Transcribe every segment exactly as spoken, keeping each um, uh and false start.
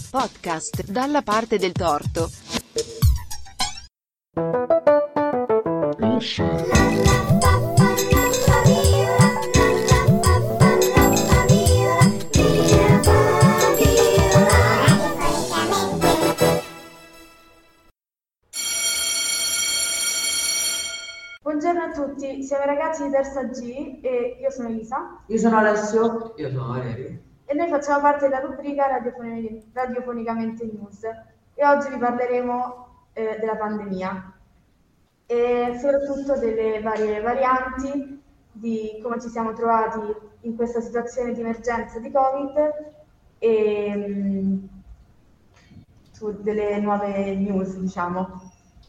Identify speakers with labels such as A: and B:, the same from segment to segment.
A: Podcast dalla parte del torto.
B: Buongiorno a tutti, siamo i ragazzi di terza G e io sono Elisa.
C: Io sono Alessio.
D: Io sono Valerio.
B: E noi facciamo parte della rubrica Radiofoni- Radiofonicamente News e oggi vi parleremo eh, della pandemia e soprattutto delle varie varianti, di come ci siamo trovati in questa situazione di emergenza di Covid e mh, su delle nuove news, diciamo.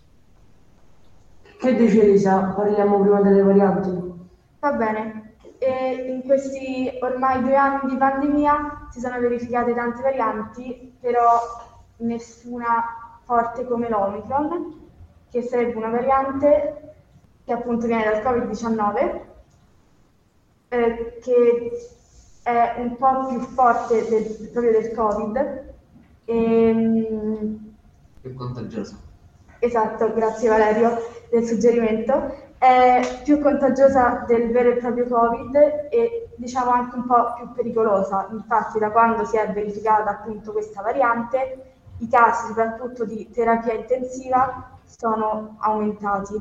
C: Che dice Elisa? Parliamo prima delle varianti.
B: Va bene. E in questi ormai due anni di pandemia si sono verificate tante varianti, però nessuna forte come l'Omicron, che sarebbe una variante che appunto viene dal covid diciannove, eh, che è un po' più forte del, proprio del Covid. E,
D: Più contagiosa.
B: esatto, grazie Valerio del suggerimento. È più contagiosa del vero e proprio Covid e diciamo anche un po' più pericolosa. Infatti da quando si è verificata appunto questa variante, i casi soprattutto di terapia intensiva sono aumentati.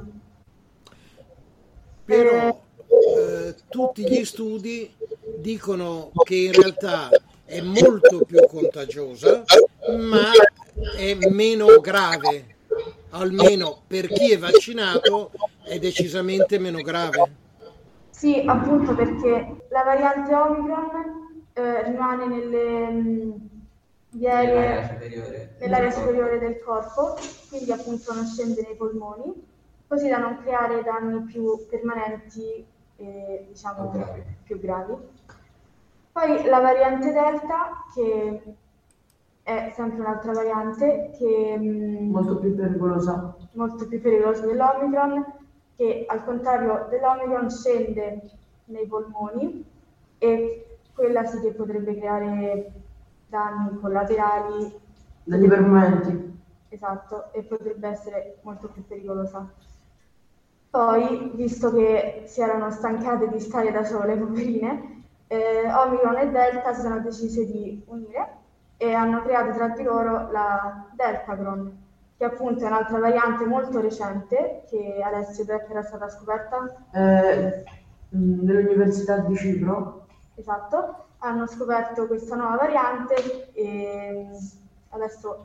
E: Però
B: Eh,
E: eh, tutti gli studi dicono che in realtà è molto più contagiosa, ma è meno grave, almeno per chi è vaccinato è decisamente meno grave.
B: Sì, appunto perché la variante Omicron eh, rimane nelle mh, vie
D: Nell'area
B: aeree-
D: superiore.
B: nell'area
D: del corpo.
B: superiore del corpo, quindi appunto non scende nei polmoni, così da non creare danni più permanenti e diciamo
D: O gravi.
B: più gravi. Poi la variante Delta, che è sempre un'altra variante, che mh,
C: Molto più pericolosa.
B: molto più pericoloso dell'Omicron, che al contrario dell'Omicron scende nei polmoni e quella sì che potrebbe creare danni collaterali,
C: Degli ipermomenti.
B: esatto, e potrebbe essere molto più pericolosa. Poi, visto che si erano stancate di stare da sole, poverine, eh, Omicron e Delta si sono decise di unire e hanno creato tra di loro la Deltacron, che appunto è un'altra variante molto recente, che adesso era stata scoperta,
C: Eh, mh, nell'Università di Cipro.
B: esatto, hanno scoperto questa nuova variante e adesso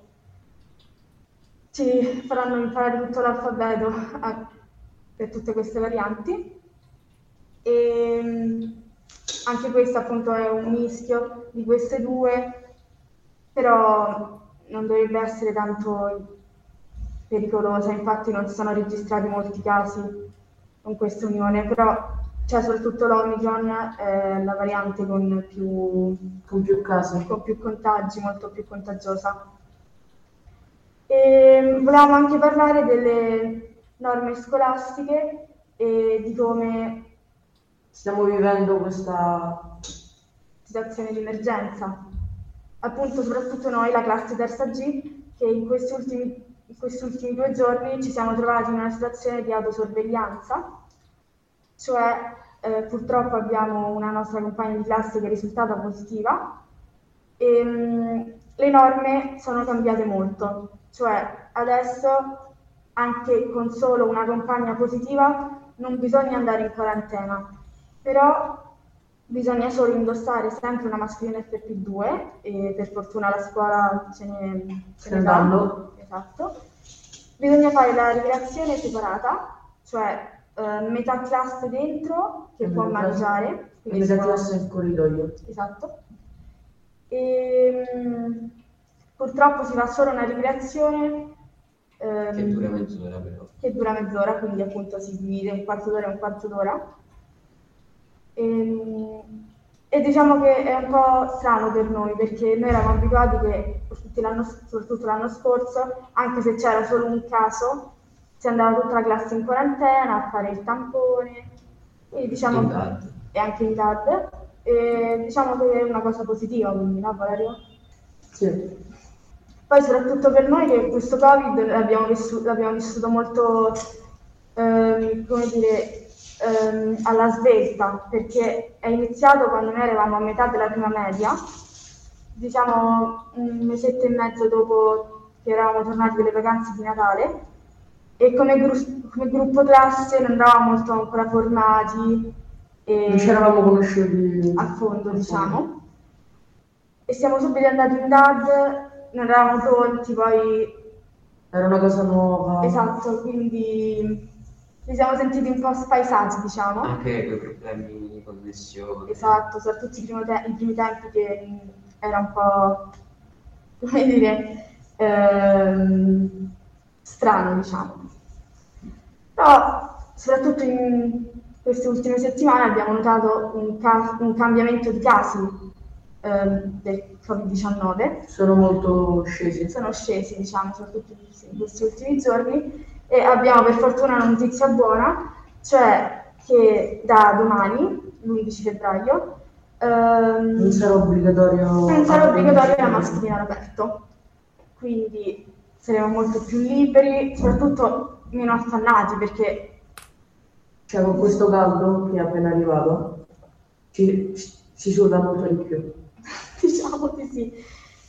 B: ci faranno imparare tutto l'alfabeto a- per tutte queste varianti. E mh, anche questo appunto è un mischio di queste due, però non dovrebbe essere tanto pericolosa, infatti non si sono registrati molti casi con questa unione, però c'è soprattutto l'Omicron, eh, la variante con più,
C: Con più casi.
B: con più contagi, molto più contagiosa. E volevamo anche parlare delle norme scolastiche e di come
C: Stiamo vivendo questa...
B: situazione di emergenza. Appunto, soprattutto noi, la classe terza G, che in questi ultimi, in questi ultimi due giorni ci siamo trovati in una situazione di autosorveglianza, cioè eh, purtroppo abbiamo una nostra compagna di classe che è risultata positiva e mh, le norme sono cambiate molto, cioè adesso anche con solo una compagna positiva non bisogna andare in quarantena, però bisogna solo indossare sempre una mascherina F P due e per fortuna la scuola ce ne, ce
C: Se
B: ne
C: ne
B: dà.
C: danno.
B: Esatto. Bisogna fare la ricreazione separata, cioè eh, metà classe dentro che
C: E
B: può
C: metà classe-
B: mangiare,
C: E
B: quindi
C: metà
B: si può-
C: classe in corridoio.
B: esatto. E, mh, purtroppo si fa solo una ricreazione ehm,
D: Che dura mezz'ora però.
B: che dura mezz'ora, quindi appunto si divide un quarto d'ora e un quarto d'ora. E, e diciamo che è un po' strano per noi perché noi eravamo abituati che tutti l'anno, soprattutto l'anno scorso, anche se c'era solo un caso, si andava tutta la classe in quarantena a fare il tampone, quindi diciamo
D: In D A D.
B: e anche in D A D, e diciamo che è una cosa positiva, quindi no Valerio?
C: Sì.
B: Poi soprattutto per noi che questo Covid l'abbiamo vissuto, l'abbiamo vissuto molto, ehm, come dire, ehm, alla svelta, perché è iniziato quando noi eravamo a metà della prima media, diciamo un mesetto e mezzo dopo che eravamo tornati dalle vacanze di Natale, e come, gru- come gruppo classe non eravamo molto ancora formati e
C: Non ci eravamo conosciuti
B: a fondo, diciamo, e siamo subito andati in D A D, non eravamo pronti, poi
C: era una cosa nuova.
B: esatto, quindi ci siamo sentiti un po' spaesati, diciamo.
D: Anche quei problemi di connessione.
B: Esatto, soprattutto i primi, te- i primi tempi che mh, era un po', come dire, ehm, strano, diciamo. Però, soprattutto in queste ultime settimane abbiamo notato un, ca- un cambiamento di casi ehm, del covid diciannove.
C: Sono molto scesi.
B: Sono scesi, diciamo, soprattutto in questi ultimi giorni, e abbiamo per fortuna una notizia buona, cioè che da domani, l'undici febbraio, ehm,
C: Non sarà obbligatorio.
B: non sarà obbligatoria la mascherina all'aperto, quindi saremo molto più liberi, soprattutto meno affannati, perché
C: Cioè, con questo caldo che è appena arrivato, ci, si suda molto di più.
B: diciamo di sì.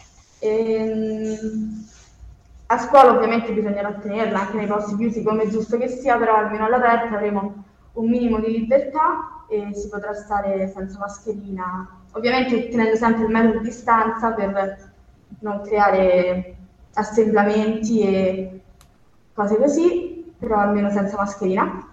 B: Ehm, a scuola ovviamente bisognerà tenerla anche nei posti chiusi, come è giusto che sia, però almeno all'aperto avremo un minimo di libertà e si potrà stare senza mascherina, ovviamente tenendo sempre il metro di distanza per non creare assemblamenti e cose così, però almeno senza mascherina.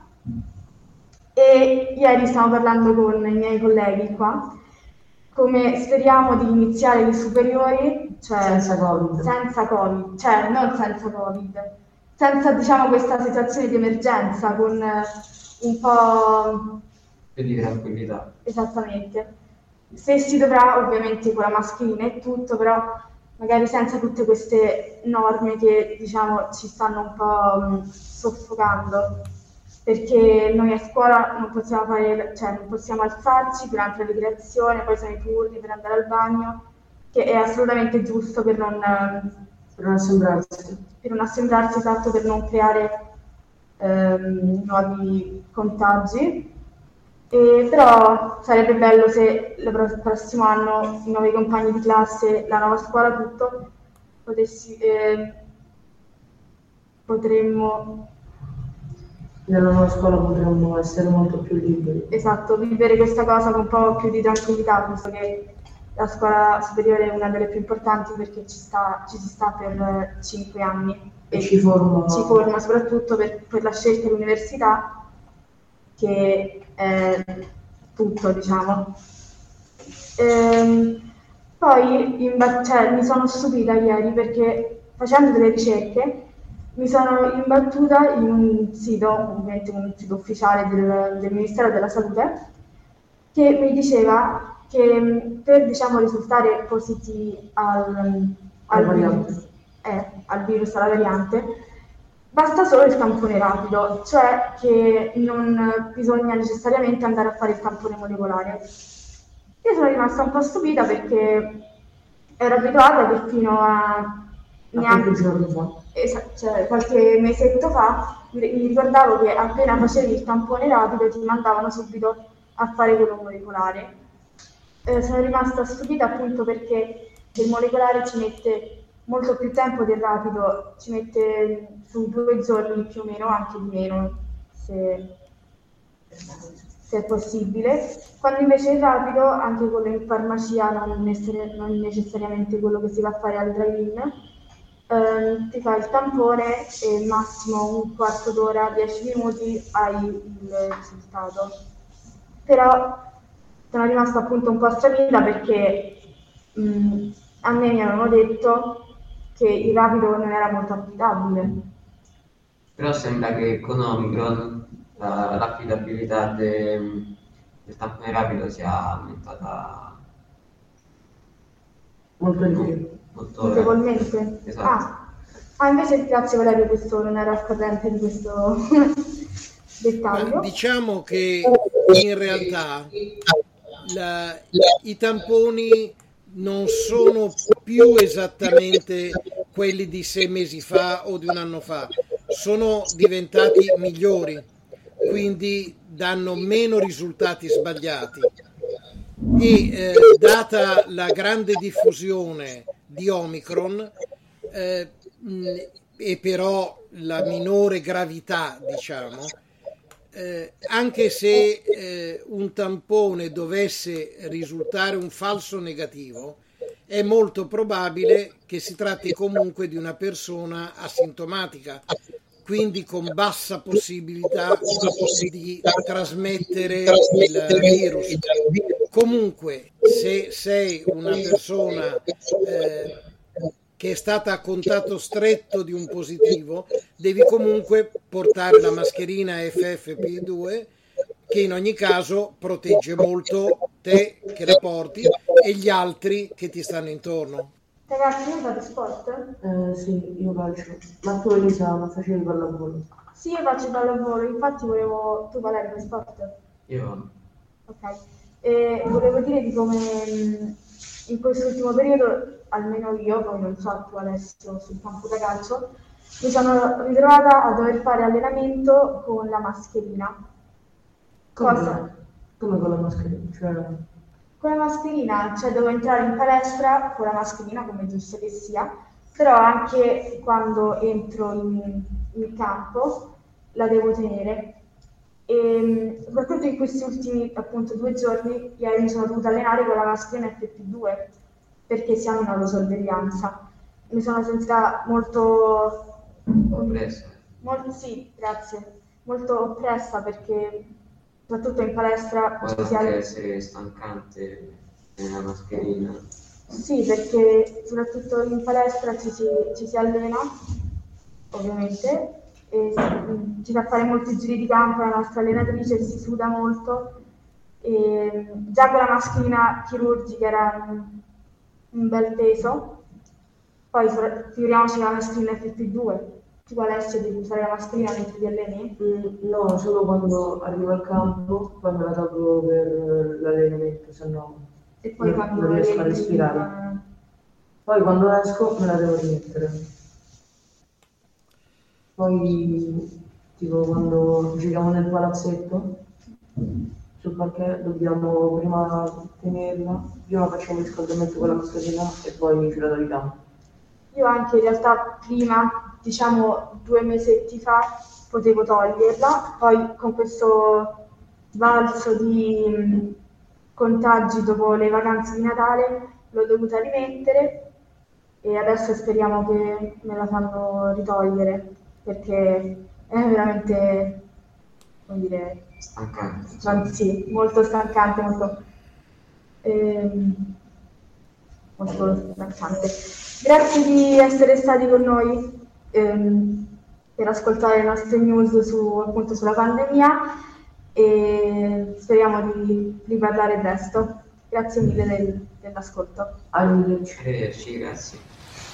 B: E ieri stavo parlando con i miei colleghi qua, come speriamo di iniziare le superiori, cioè
C: Senza Covid.
B: senza Covid, cioè non senza Covid, senza, diciamo, questa situazione di emergenza, con eh, un po'.
D: E di tranquillità.
B: Esattamente. Se si dovrà, ovviamente con la mascherina e tutto, però magari senza tutte queste norme che, diciamo, ci stanno un po' mh, soffocando, perché noi a scuola non possiamo fare, cioè non possiamo alzarci durante la ricreazione, poi sono i turni per andare al bagno, che è assolutamente giusto per non,
C: Per non assembrarsi.
B: per non assembrarsi, esatto, per non creare ehm, nuovi contagi. E però sarebbe bello se il pro- prossimo anno i nuovi compagni di classe, la nuova scuola, tutto, potessi, eh, potremmo,
C: Nella nuova scuola potremmo essere molto più liberi.
B: esatto, vivere questa cosa con un po' più di tranquillità, visto che la scuola superiore è una delle più importanti, perché ci, sta, ci si sta per cinque anni
C: E ci forma.
B: ci forma soprattutto per, per la scelta dell'università, che è tutto, diciamo. Ehm, poi imba- cioè, mi sono stupita ieri perché facendo delle ricerche mi sono imbattuta in un sito, ovviamente un sito ufficiale del, del Ministero della Salute, che mi diceva che mh, per, diciamo, risultare positivi al, al,
C: Alla
B: virus,
C: variante.
B: eh, al virus, alla variante, basta solo il tampone rapido, cioè che non bisogna necessariamente andare a fare il tampone molecolare. Io sono rimasta un po' stupita perché ero abituata che fino a
C: A
B: neanche
C: qualche giorno fa.
B: esa- cioè, qualche mesetto fa mi mi ricordavo che appena facevi il tampone rapido ti mandavano subito a fare quello molecolare. Eh, sono rimasta stupita appunto perché il molecolare ci mette molto più tempo del rapido, ci mette su due giorni più o meno, anche di meno, se, se è possibile, quando invece il rapido, anche quello in farmacia, non, necessari- non necessariamente quello che si va a fare al drive-in, ehm, ti fai il tampone e massimo un quarto d'ora, dieci minuti hai il risultato. Però sono rimasta appunto un po' stravita perché mh, a me mi avevano detto che il rapido non era molto affidabile.
D: Però sembra che con Omicron la- l'affidabilità de- del tampone rapido sia aumentata
C: Molto di più.
D: molto.
B: Notevolmente.
D: Esatto.
B: Ah, ah, invece grazie Valerio, questo non ero al corrente di questo
E: Ma
B: dettaglio.
E: diciamo che in realtà la- i tamponi non sono più esattamente quelli di sei mesi fa o di un anno fa, sono diventati migliori, quindi danno meno risultati sbagliati. E eh, data la grande diffusione di Omicron eh, mh, e però la minore gravità, diciamo, eh, anche se eh, un tampone dovesse risultare un falso negativo, è molto probabile che si tratti comunque di una persona asintomatica, quindi con bassa possibilità di trasmettere il virus. Comunque, se sei una persona eh, che è stata a contatto stretto di un positivo, devi comunque portare la mascherina F F P due, che in ogni caso protegge molto te che la porti e gli altri che ti stanno intorno.
B: Ragazzi, io fate sport?
C: Eh, sì, io calcio. Ma tu Elisa, ma facevi pallavolo?
B: Sì, io faccio pallavolo, infatti volevo... Tu Valerio fai sport?
D: Io
B: Ok. E volevo dire di come mh, in quest'ultimo periodo, almeno io, poi non so tu adesso sul campo da calcio, mi sono ritrovata a dover fare allenamento con la mascherina.
C: Come?
B: Cosa?
C: Come con la mascherina? Cioè...
B: Con la mascherina, cioè devo entrare in palestra con la mascherina, come giusto che sia, però anche quando entro in, in campo la devo tenere. E soprattutto in questi ultimi appunto due giorni, ieri mi sono dovuta allenare con la mascherina F P due perché siamo in autosorveglianza. Mi sono sentita molto
D: oppressa.
B: molto sì, grazie, molto oppressa perché soprattutto in palestra
D: Può
B: ci si
D: anche
B: alle-
D: essere stancante nella mascherina.
B: Sì, perché soprattutto in palestra ci si, ci si allena, ovviamente, e si- ci fa fare molti giri di campo, la nostra allenatrice si suda molto. E già con la mascherina chirurgica era un, un bel peso, poi sopra- figuriamoci la mascherina F P due. Tu Alessio devi usare la mascherina mentre ti alleni?
C: Mm, no, solo quando arrivo al campo, poi me la tolgo per l'allenamento, se no
B: E poi
C: non,
B: quando
C: non riesco a
B: rientri,
C: respirare.
B: eh,
C: Poi quando esco me la devo rimettere. Poi, tipo, quando giriamo nel palazzetto, sul parquet, dobbiamo prima tenerla, prima facciamo il riscaldamento con la mascherina e poi ce la togliamo.
B: Io anche in realtà prima, diciamo due mesetti fa, potevo toglierla, poi con questo sbalzo di mh, contagi dopo le vacanze di Natale l'ho dovuta rimettere e adesso speriamo che me la fanno ritogliere perché è veramente, come dire,
D: Stancante.
B: stan- sì, molto stancante, molto, ehm, molto stancante. Grazie di essere stati con noi ehm, per ascoltare le nostre news su, appunto, sulla pandemia e speriamo di riparlare presto. Grazie mille del- dell'ascolto.
C: Arrivederci.
D: Arrivederci, grazie.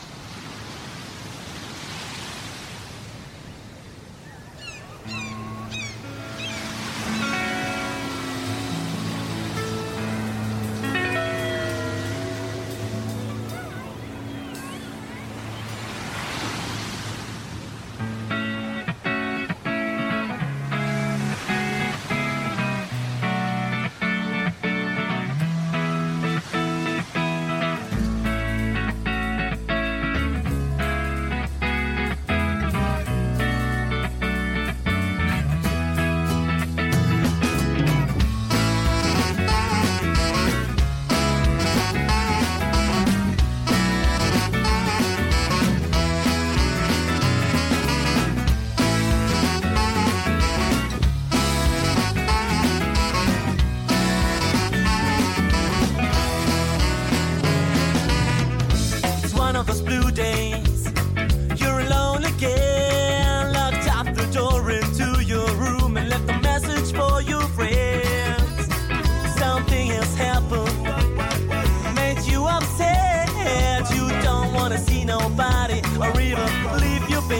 F: It's one of those blue days. You're alone again. Locked up the door into your room and left a message for your friends. Something has happened, made you upset. You don't wanna see nobody or even leave your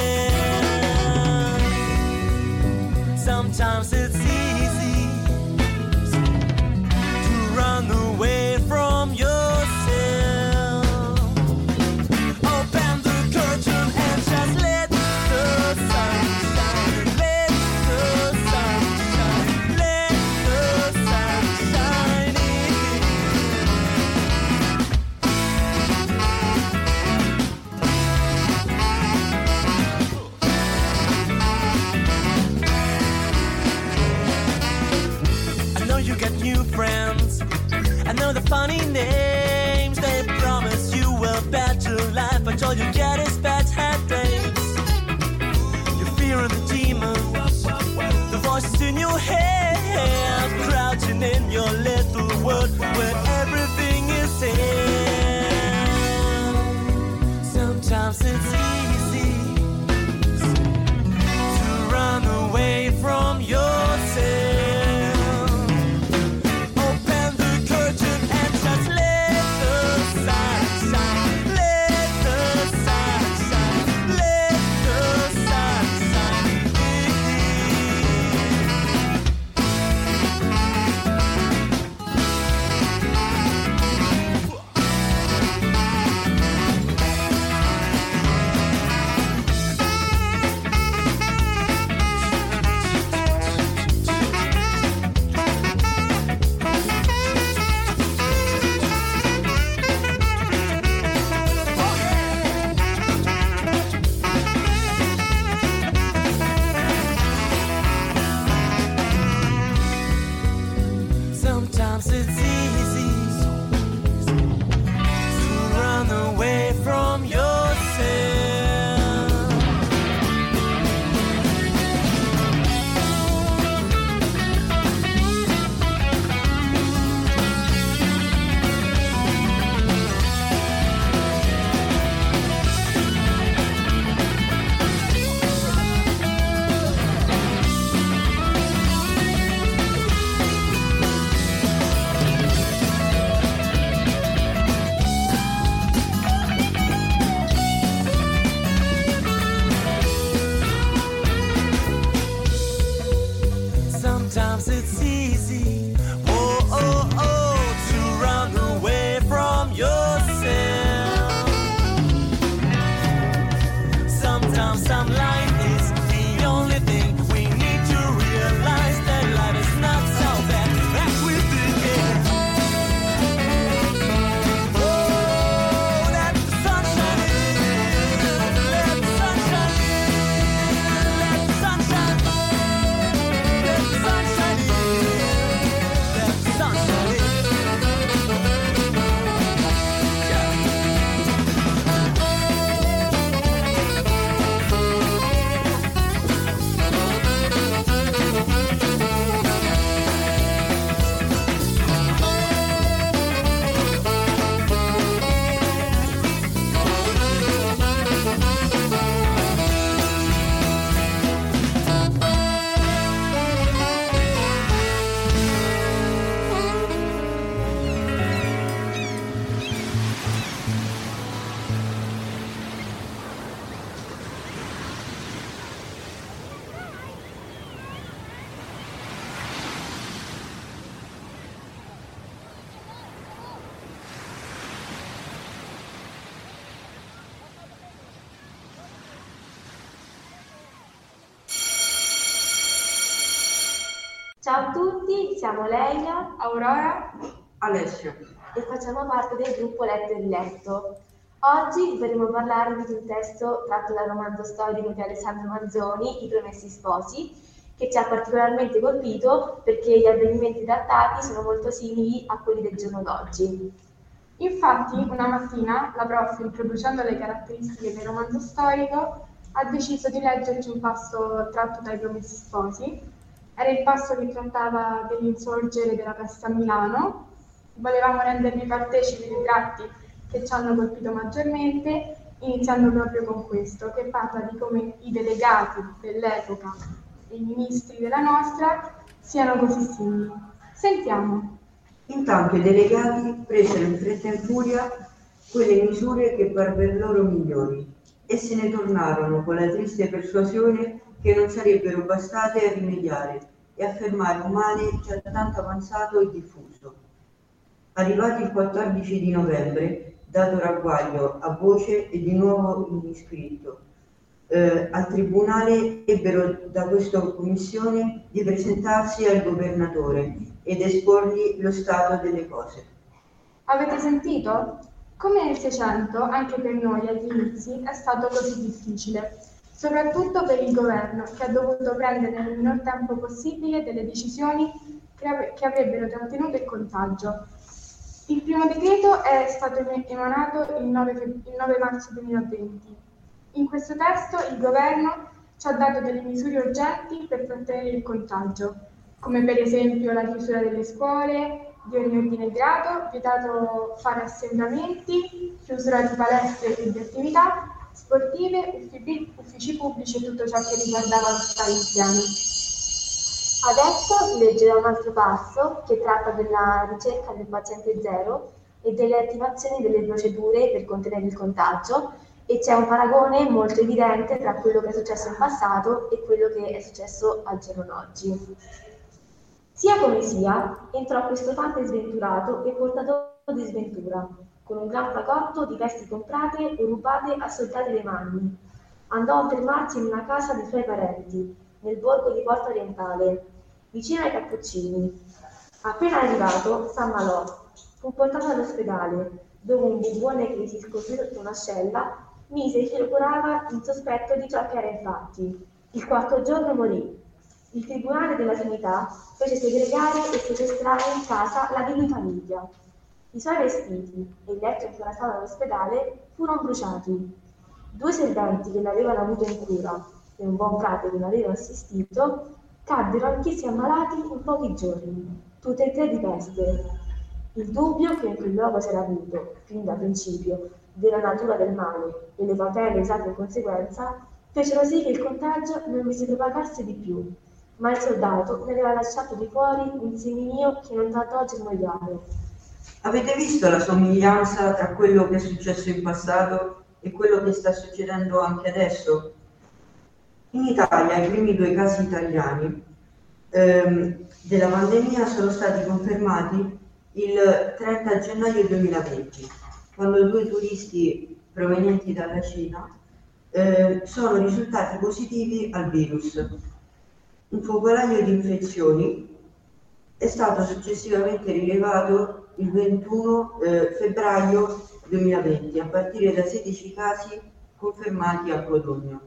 F: bed. Sometimes it's easy to run away from yourself. Open the funny names. They promise you a better life, but all you get is bad headaches. You're fearing the demons, the voices in your head, crouching in your little world where everything is said. Sometimes it's easy to run away from yourself.
G: Ciao a tutti, siamo Leila,
B: Aurora,
C: Alessio.
G: e facciamo parte del gruppo Letto e Riletto. Oggi vorremmo parlarvi di un testo tratto dal romanzo storico di Alessandro Manzoni, I Promessi Sposi, che ci ha particolarmente colpito perché gli avvenimenti trattati sono molto simili a quelli del giorno d'oggi.
B: Infatti, una mattina la prof, introducendo le caratteristiche del romanzo storico, ha deciso di leggerci un passo tratto dai Promessi Sposi. Era il passo che trattava dell'insorgere della peste a Milano. Volevamo rendervi partecipi dei tratti che ci hanno colpito maggiormente, iniziando proprio con questo, che parla di come i delegati dell'epoca e i ministri della nostra siano così simili. Sentiamo.
H: Intanto i delegati presero in fretta e in furia quelle misure che parvero loro migliori e se ne tornarono con la triste persuasione che non sarebbero bastate a rimediare e a fermare un male già tanto avanzato e diffuso. Arrivati il quattordici di novembre, dato ragguaglio a voce e di nuovo in iscritto, eh, al tribunale ebbero da questa commissione di presentarsi al governatore ed esporgli lo stato delle cose.
B: Avete sentito? Come nel Seicento, anche per noi agli inizi è stato così difficile, soprattutto per il governo, che ha dovuto prendere nel minor tempo possibile delle decisioni che, av- che avrebbero trattenuto il contagio. Il primo decreto è stato emanato il nove, il nove marzo duemilaventi. In questo testo il governo ci ha dato delle misure urgenti per trattenere il contagio, come per esempio la chiusura delle scuole di ogni ordine e grado, vietato fare assembramenti, chiusura di palestre e di attività sportive, uffici pubblici e tutto ciò che riguardava lo stare insieme.
G: Adesso leggerò un altro passo che tratta della ricerca del paziente zero e delle attivazioni delle procedure per contenere il contagio, e c'è un paragone molto evidente tra quello che è successo in passato e quello che è successo al giorno d'oggi. Sia come sia, entrò questo fante sventurato e portatore di sventura, con un gran fagotto di vesti comprate o rubate a soldati dei magni. Andò a fermarsi in una casa dei suoi parenti, nel borgo di Porta Orientale, vicino ai Cappuccini. Appena arrivato, s'ammalò. Fu portato all'ospedale, dove un bubbone che si scoprì sotto un'ascella mise che lo curava in sospetto di ciò che era infatti. Il quarto giorno morì. Il Tribunale della Sanità fece segregare e sequestrare in casa la di famiglia. I suoi vestiti e il letto in cui era stato all'ospedale furono bruciati. Due serventi che l'avevano avuto in cura e un buon frate che l'aveva assistito caddero anch'essi ammalati in pochi giorni, tutte e tre di peste. Il dubbio che in quel luogo si era avuto, fin da principio, della natura del male e le cautele usate in conseguenza, fecero sì che il contagio non vi si propagasse di più, ma il soldato ne aveva lasciato di fuori un seminio che non tardò a germogliare.
H: Avete visto la somiglianza tra quello che è successo in passato e quello che sta succedendo anche adesso? In Italia i primi due casi italiani ehm, della pandemia sono stati confermati il trenta gennaio duemilaventi, quando due turisti provenienti dalla Cina eh, sono risultati positivi al virus. Un focolaio di infezioni è stato successivamente rilevato il ventuno eh, febbraio duemilaventi, a partire da sedici casi confermati a Codogno.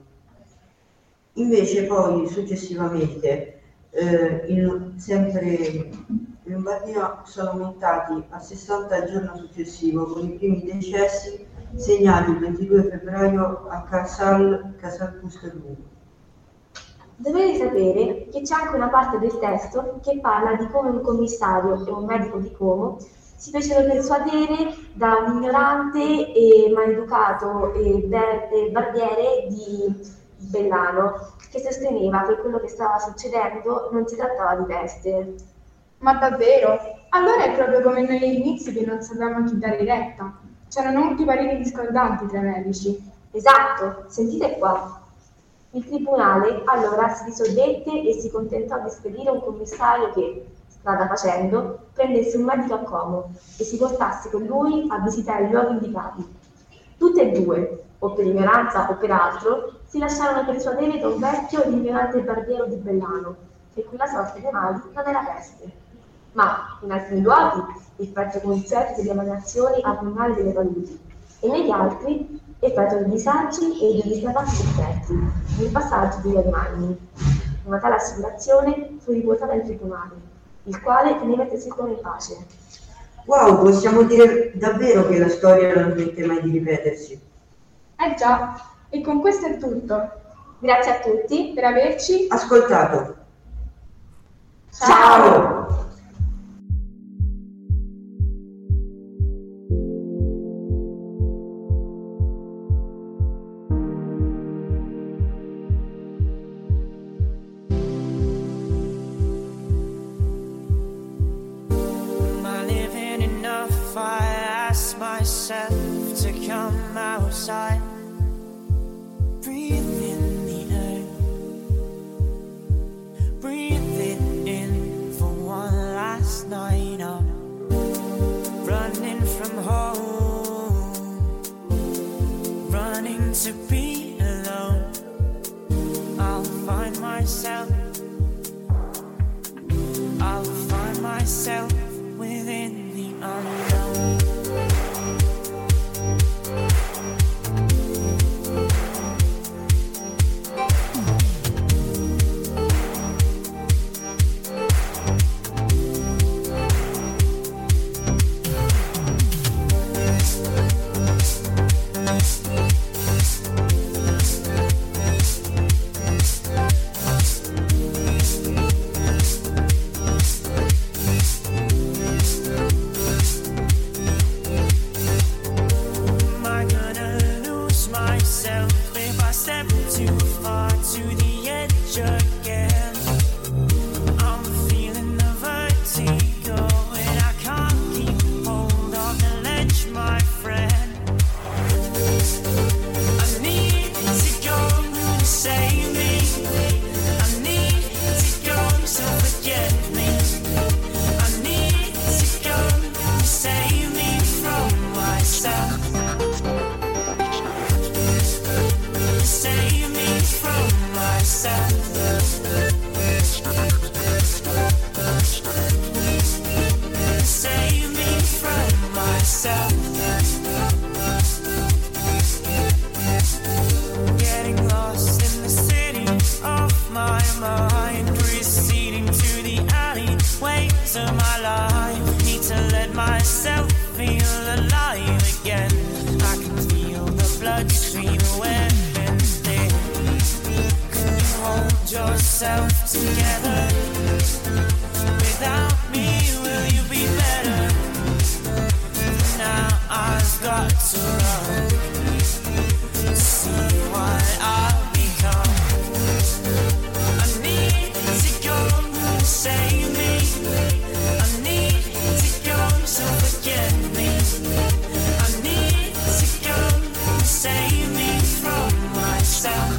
H: Invece poi successivamente eh, in, sempre in Lombardia sono aumentati a sessanta al giorno successivo, con i primi decessi segnati il ventidue febbraio a Casal, Casal Pusterlugo.
G: Dovete sapere che c'è anche una parte del testo che parla di come un commissario e un medico di Como si fecero persuadere da un ignorante e maleducato e, be- e barbiere di Bellano, che sosteneva che quello che stava succedendo non si trattava di peste.
B: Ma davvero? Allora è proprio come noi all'inizio che non sapevamo a chi dare retta. C'erano molti pareri discordanti tra i medici.
G: Esatto, sentite qua. Il tribunale allora si risoldette e si contentò di spedire un commissario che, strada facendo, prendesse un medico a Como e si portasse con lui a visitare i luoghi indicati. Tutte e due, o per ignoranza o per altro, si lasciarono persuadere da un vecchio e ignorante barbiero di Bellano, che quella sorte di mali non era peste. Ma in alcuni luoghi effetto concerti delle emanazioni abnormali delle paludi, e negli altri effetto dei disagi e degli stravanti effetti nel passaggio degli animali. Una tale assicurazione fu riportata in tribunale, il quale teneva il testimone in pace.
H: Wow, possiamo dire davvero che la storia non smette mai di ripetersi.
B: Eh già, e con questo è tutto.
G: Grazie a tutti
B: per averci
H: ascoltato.
B: Ciao!
H: Ciao!
F: Myself to come outside, breathe in the air, breathe it in for one last night of running from home, running to be alone. I'll find myself, I'll find myself within the unknown. Save me from myself. Save me from myself. Getting lost in the city of my mind, receding to the alleyways of my life. Need to let myself feel alive again. I can feel the blood stream where hold yourself together. Without me, will you be better? Now I've got to run to see what I've become. I need to go to save me. I need to go, so forget me. I need to go to save me from myself.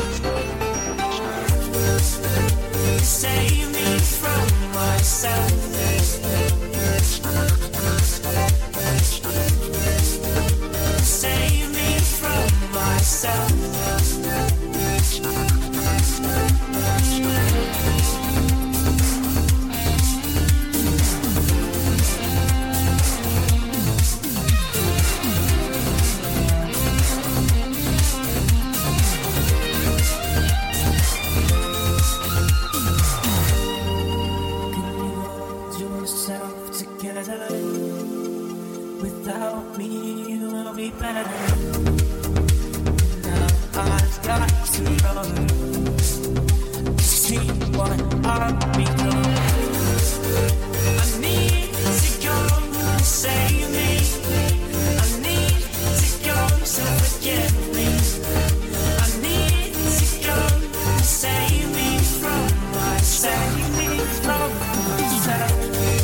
F: Save me from myself. Save me from myself. Without me, you will be better. Now I've got to run to see what I've become. I need to go to save me. I need to go, so forget me. I need to go to save me from myself. Save me from myself.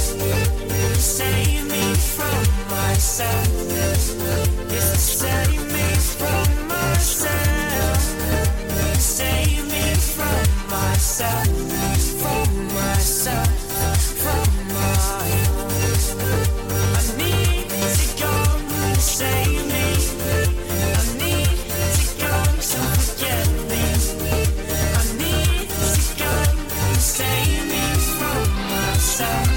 F: Save me from myself. Yes, save me from myself. Save me from myself. From myself. From my I need to go to save me. I need to go, so forget me. I need to go to save me from myself.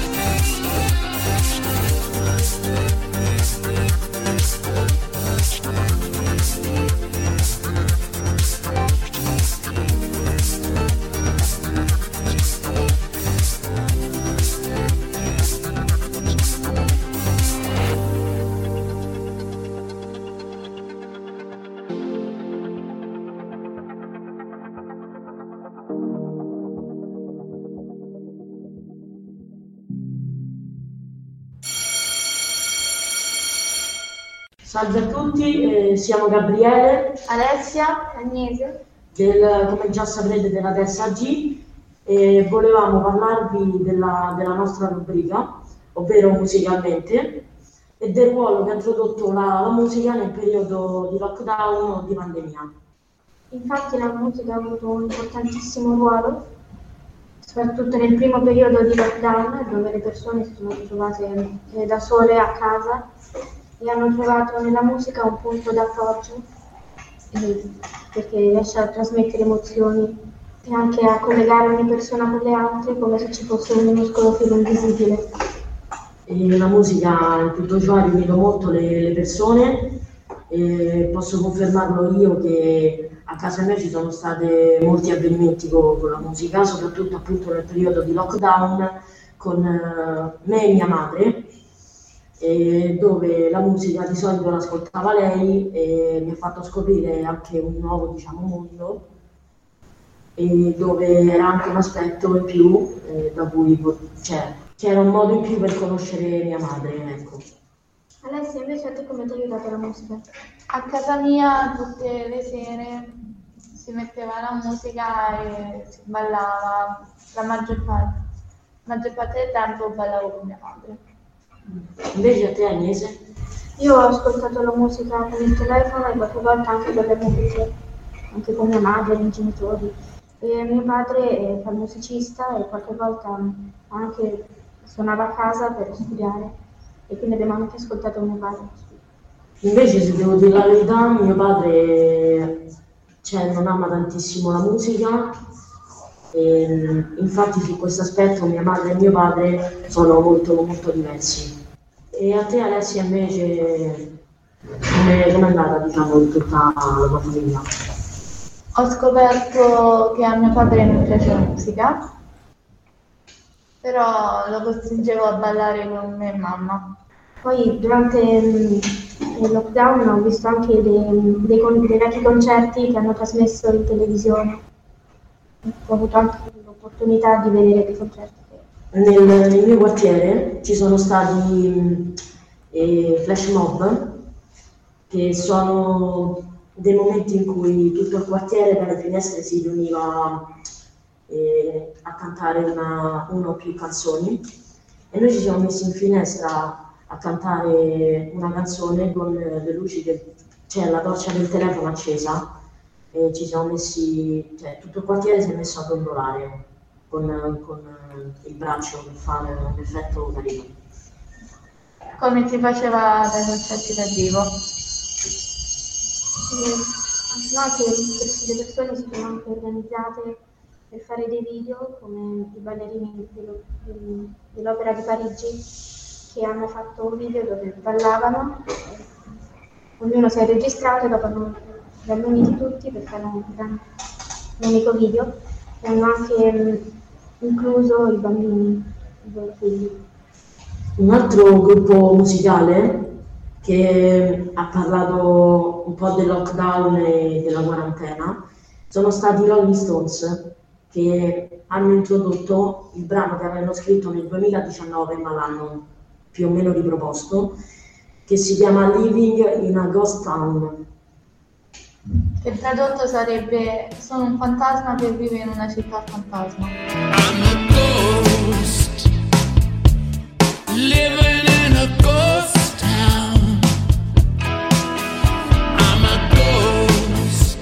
C: Salve a tutti, eh, siamo Gabriele,
G: Alessia, Agnese.
C: del, come già saprete, della terza G, e volevamo parlarvi della, della nostra rubrica, ovvero musicalmente, e del ruolo che ha introdotto la, la musica nel periodo di lockdown o di pandemia.
B: Infatti la musica ha avuto un importantissimo ruolo, soprattutto nel primo periodo di lockdown, dove le persone si sono ritrovate eh, da sole a casa e hanno trovato nella musica un punto d'appoggio, eh, perché riesce a trasmettere emozioni e anche a collegare ogni persona con le altre come se ci fosse un minuscolo filo invisibile.
C: E la musica in tutto ciò ha riunito molto le, le persone, e posso confermarlo io che a casa mia ci sono stati molti avvenimenti con, con la musica, soprattutto appunto nel periodo di lockdown con eh, me e mia madre, e dove la musica di solito l'ascoltava lei e mi ha fatto scoprire anche un nuovo, diciamo, mondo, e dove era anche un aspetto in più eh, da cui cioè, c'era un modo in più per conoscere mia madre, ecco.
B: Alessia, invece a te come ti ha aiutato la musica?
I: A casa mia tutte le sere si metteva la musica e si ballava, la maggior parte, la maggior parte del tempo ballavo con mia madre.
C: Invece a te, Agnese?
B: Io ho ascoltato la musica con il telefono e qualche volta anche con le mie amiche, anche con mia madre, i miei genitori. E mio padre fa il musicista e qualche volta anche suonava a casa per studiare, e quindi abbiamo anche ascoltato mio padre.
C: Invece, se devo dire la verità, mio padre cioè, non ama tantissimo la musica, e, infatti su questo aspetto mia madre e mio padre sono molto molto diversi. E a te Alessia invece come è andata, diciamo, in tutta la tua famiglia?
I: Ho scoperto che a mio padre non piace la musica, però lo costringevo a ballare con me e mamma.
B: Poi durante il lockdown ho visto anche dei, dei, con- dei vecchi concerti che hanno trasmesso in televisione. Ho avuto anche l'opportunità di vedere dei concerti.
C: Nel, nel mio quartiere ci sono stati eh, flash mob, che sono dei momenti in cui tutto il quartiere dalle finestre si riuniva eh, a cantare una, una o più canzoni, e noi ci siamo messi in finestra a cantare una canzone con le luci, del, cioè la torcia del telefono accesa, e ci siamo messi, cioè tutto il quartiere si è messo a dondolare con, con il braccio per fare un effetto carino.
I: Come si faceva dai concerti dal vivo.
B: E anche le persone si sono anche organizzate per fare dei video, come i ballerini dello- del- dell'Opera di Parigi, che hanno fatto un video dove ballavano, e ognuno si è registrato e dopo hanno riuniti tutti per fare un, un unico video, e hanno anche mh, incluso i bambini, i loro figli.
C: Un altro gruppo musicale che ha parlato un po' del lockdown e della quarantena sono stati i Rolling Stones, che hanno introdotto il brano che avevano scritto nel duemiladiciannove, ma l'hanno più o meno riproposto, che si chiama Living in a Ghost Town.
I: Che tradotto sarebbe: sono un fantasma che vive in una città fantasma.
F: I'm a ghost living in a ghost town. I'm a ghost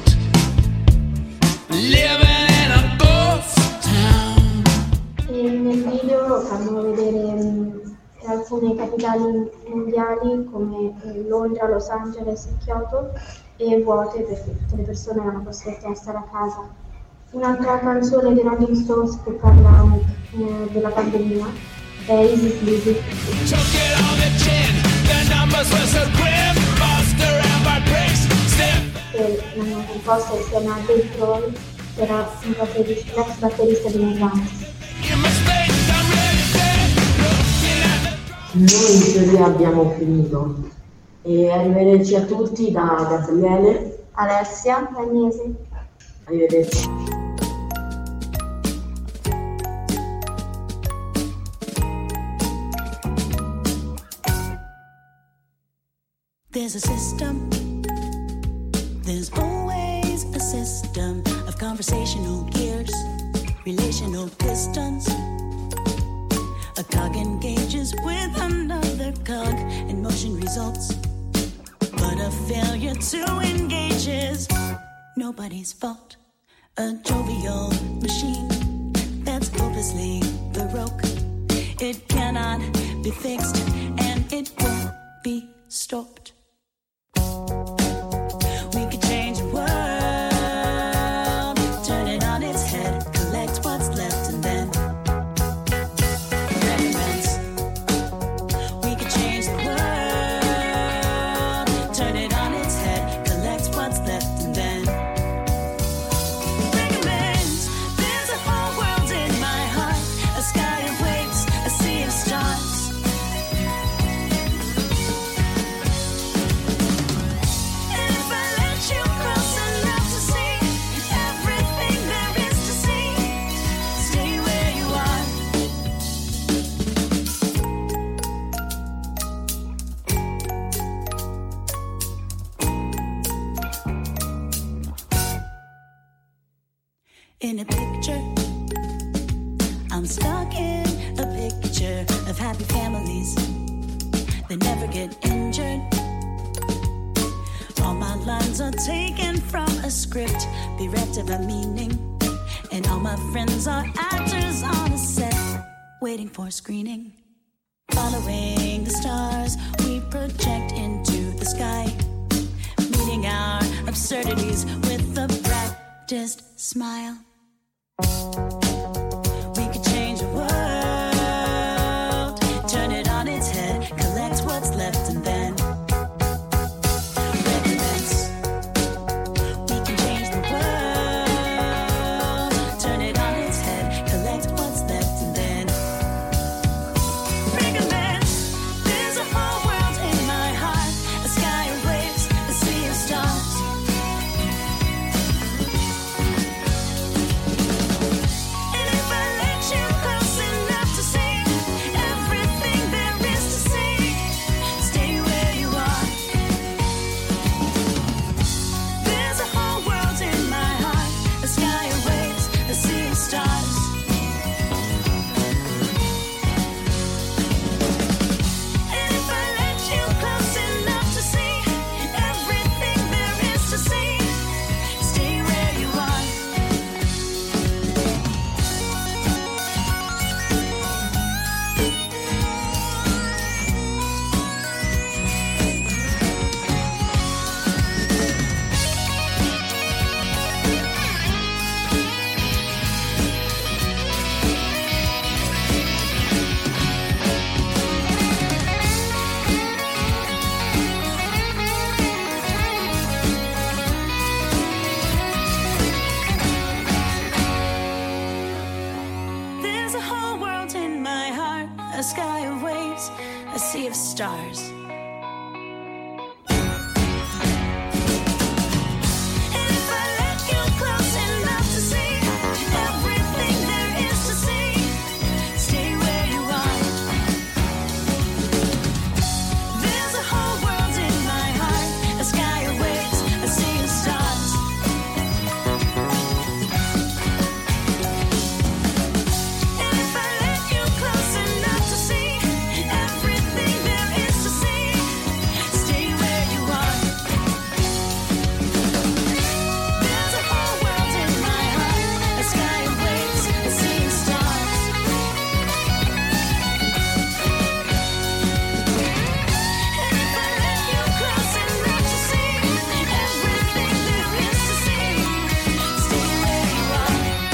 F: living in a ghost town.
B: E nel video fanno vedere mh, alcune capitali mondiali come eh, Londra, Los Angeles e Kyoto, e vuote perché tutte le persone erano costrette a stare a casa. Un'altra canzone dei Rolling Stones che parla eh, della pandemia è Easy Sleazy.
F: Took it on the chin, the numbers were so grim. Buster and my bricks, stiff.
B: Che l'hanno composta insieme a Dave Grohl, che era un batterista, l'ex batterista di Nirvana.
F: You must think I'm really dead. Looking at the
C: Noi in teoria abbiamo finito, e arrivederci a tutti da Gabriele.
I: Alessia,
B: Agnese.
C: Arrivederci.
J: There's a system, there's always a system of conversational gears, relational distance. A cog engages with another cog, and motion results. But a failure to engage is nobody's fault. A jovial machine that's hopelessly baroque. It cannot be fixed, and it won't be stopped. We could change the world, turn it on its head, collect what's left, and then recommence. We could change the world, turn it on its head, collect what's left, and then recommence. There's a whole world in my heart, a sky of waves, a sea of stars. In a picture, I'm stuck in a picture of happy families that never get injured. All my lines are taken from a script, bereft of a meaning, and all my friends are actors on a set, waiting for screening. Following the stars, we project into the sky, meeting our absurdities with a practiced smile. We could change the world, turn it on its head, collect what's left and then recommence. We can change the world, turn it on its head, collect what's left and then recommence. There's a whole world in my heart, a sky of waves, a sea of stars. And if I let you close enough to see everything there is to see, stay where you are. There's a whole world in my heart, a sky of waves, a sea of stars. And if I let you close enough to see everything there is to see, stay where you are. There's a whole world in my heart, a sky of waves, a sea of stars. And if I let you close enough to see everything there is to see, stay where you are. There's a whole world in my heart, a sky of waves, a sea of stars. And if I let you close enough to see everything there is to see, stay where you are. There's a whole world in my heart, a sky of waves, a sea of stars. And if I let you close enough to see everything there is to see, stay where you are.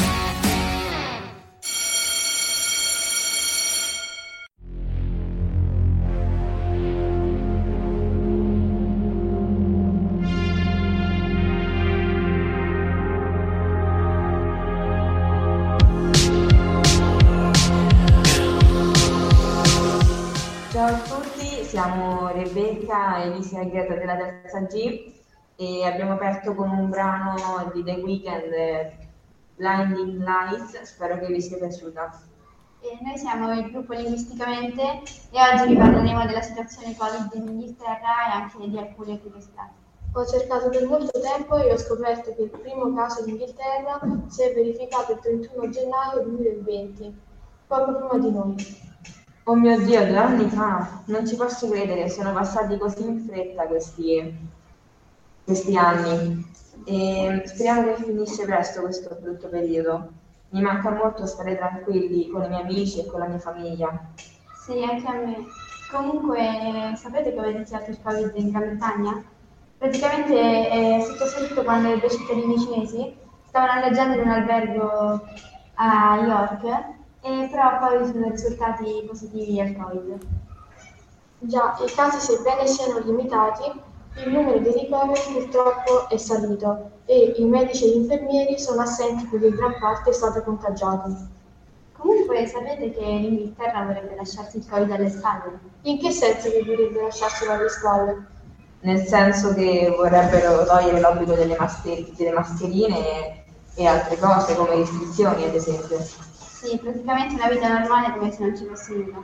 K: Ciao a tutti, siamo Rebecca, Elisa e Greta della terza G e abbiamo aperto con un brano di The Weeknd, eh, Blinding Lights, spero che vi sia piaciuta.
I: E noi siamo il gruppo Linguisticamente e oggi vi parleremo della situazione Covid in Inghilterra e anche di alcune curiosità.
B: Ho cercato per molto tempo e ho scoperto che il primo caso in Inghilterra si è verificato il trentuno gennaio duemilaventi, poco prima di noi.
K: Oh mio Dio, due anni fa, non ci posso credere, sono passati così in fretta questi, questi anni e speriamo che finisce presto questo brutto periodo. Mi manca molto stare tranquilli con i miei amici e con la mia famiglia.
I: Sì, anche a me. Comunque, sapete come è iniziato il Covid in Gran Bretagna? Praticamente è successo tutto quando due cittadini cinesi stavano alloggiando in un albergo a York, e però poi sono risultati positivi al Covid.
B: Già, i casi sebbene siano limitati, il numero dei ricoveri purtroppo è salito e i medici e gli infermieri sono assenti perché gran parte è stata contagiata.
I: Comunque sapete che l'Inghilterra vorrebbe lasciarsi il Covid alle spalle?
B: In che senso che vorrebbe lasciarselo alle spalle?
K: Nel senso che vorrebbero togliere l'obbligo delle, master- delle mascherine e, e altre cose come restrizioni ad esempio.
I: Sì, praticamente una vita normale come se non ci fosse nulla.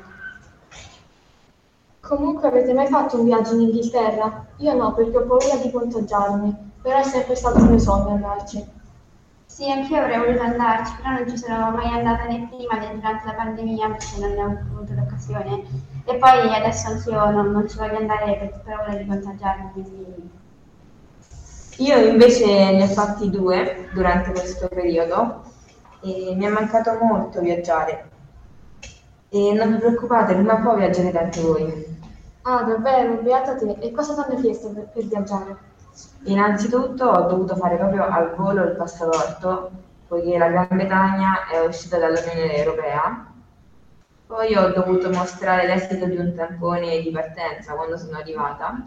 B: Comunque avete mai fatto un viaggio in Inghilterra? Io no, perché ho paura di contagiarmi, però è sempre stato il mio sogno andarci.
I: Sì, anch'io avrei voluto andarci, però non ci sono mai andata né prima né durante la pandemia perché non ne ho avuto l'occasione. E poi adesso anch'io non, non ci voglio andare per paura di contagiarmi, quindi...
K: Io invece ne ho fatti due durante questo periodo e mi è mancato molto viaggiare. E non vi preoccupate, prima o poi viaggerete anche voi.
I: Ah, davvero? Beata te. E cosa ti hanno chiesto per, per viaggiare?
K: Innanzitutto ho dovuto fare proprio al volo il passaporto, poiché la Gran Bretagna è uscita dall'Unione Europea. Poi ho dovuto mostrare l'esito di un tampone di partenza quando sono arrivata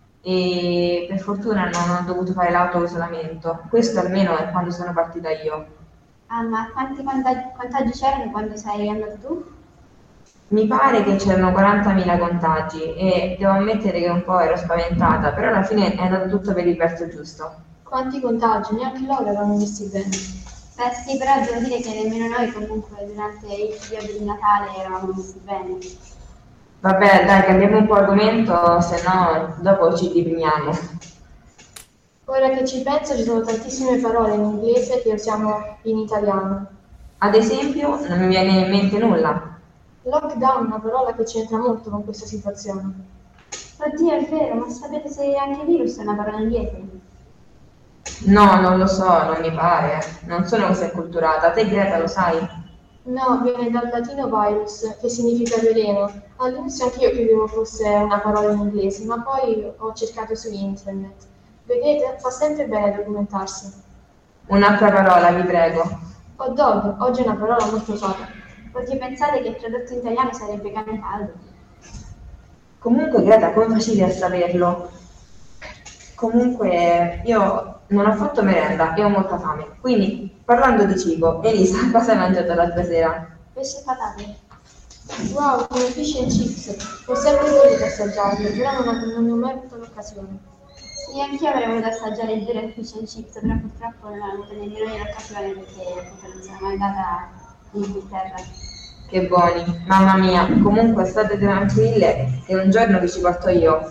K: e per fortuna non ho dovuto fare l'auto-isolamento. Questo almeno è quando sono partita io.
I: Ah, ma quanti contagi, contagi c'erano quando sei andato tu?
K: Mi pare che c'erano quarantamila contagi e devo ammettere che un po' ero spaventata, però alla fine è andato tutto per il verso giusto.
I: Quanti contagi? Neanche loro erano messi bene. Beh sì, però devo dire che nemmeno noi comunque durante il periodo di Natale eravamo messi bene.
K: Vabbè, dai, cambiamo un po' argomento, se no dopo ci deprimiamo.
I: Ora che ci penso ci sono tantissime parole in inglese che usiamo in italiano.
K: Ad esempio, non mi viene in mente nulla.
I: Lockdown è una parola che c'entra molto con questa situazione. Oddio, è vero, ma sapete se anche virus è una parola inglese?
K: No, non lo so, non mi pare. Non sono così acculturata. Te, Greta, lo sai?
I: No, viene dal latino virus, che significa veleno. All'inizio anch'io credevo fosse una parola in inglese, ma poi ho cercato su internet. Vedete, fa sempre bene documentarsi.
K: Un'altra parola, vi prego.
I: Hot dog, oggi è una parola molto usata. Perché pensate che tradotto in italiano sarebbe cane caldo?
K: Comunque, Greta, come facevi a saperlo? Comunque, io non ho fatto merenda e ho molta fame. Quindi, parlando di cibo, Elisa, cosa hai mangiato l'altra sera?
I: Pesce e patate. Wow, come fish and chips. Ho sempre voluto assaggiarlo, però non, ho- non ne ho mai avuto l'occasione. Sì, anch'io avrei voluto assaggiare il vero fish and chips, però purtroppo non ho avuto nemmeno l'occasione perché appunto non sono mai andata in Inghilterra.
K: Che buoni, mamma mia. Comunque, state tranquille che un giorno vi ci porto io.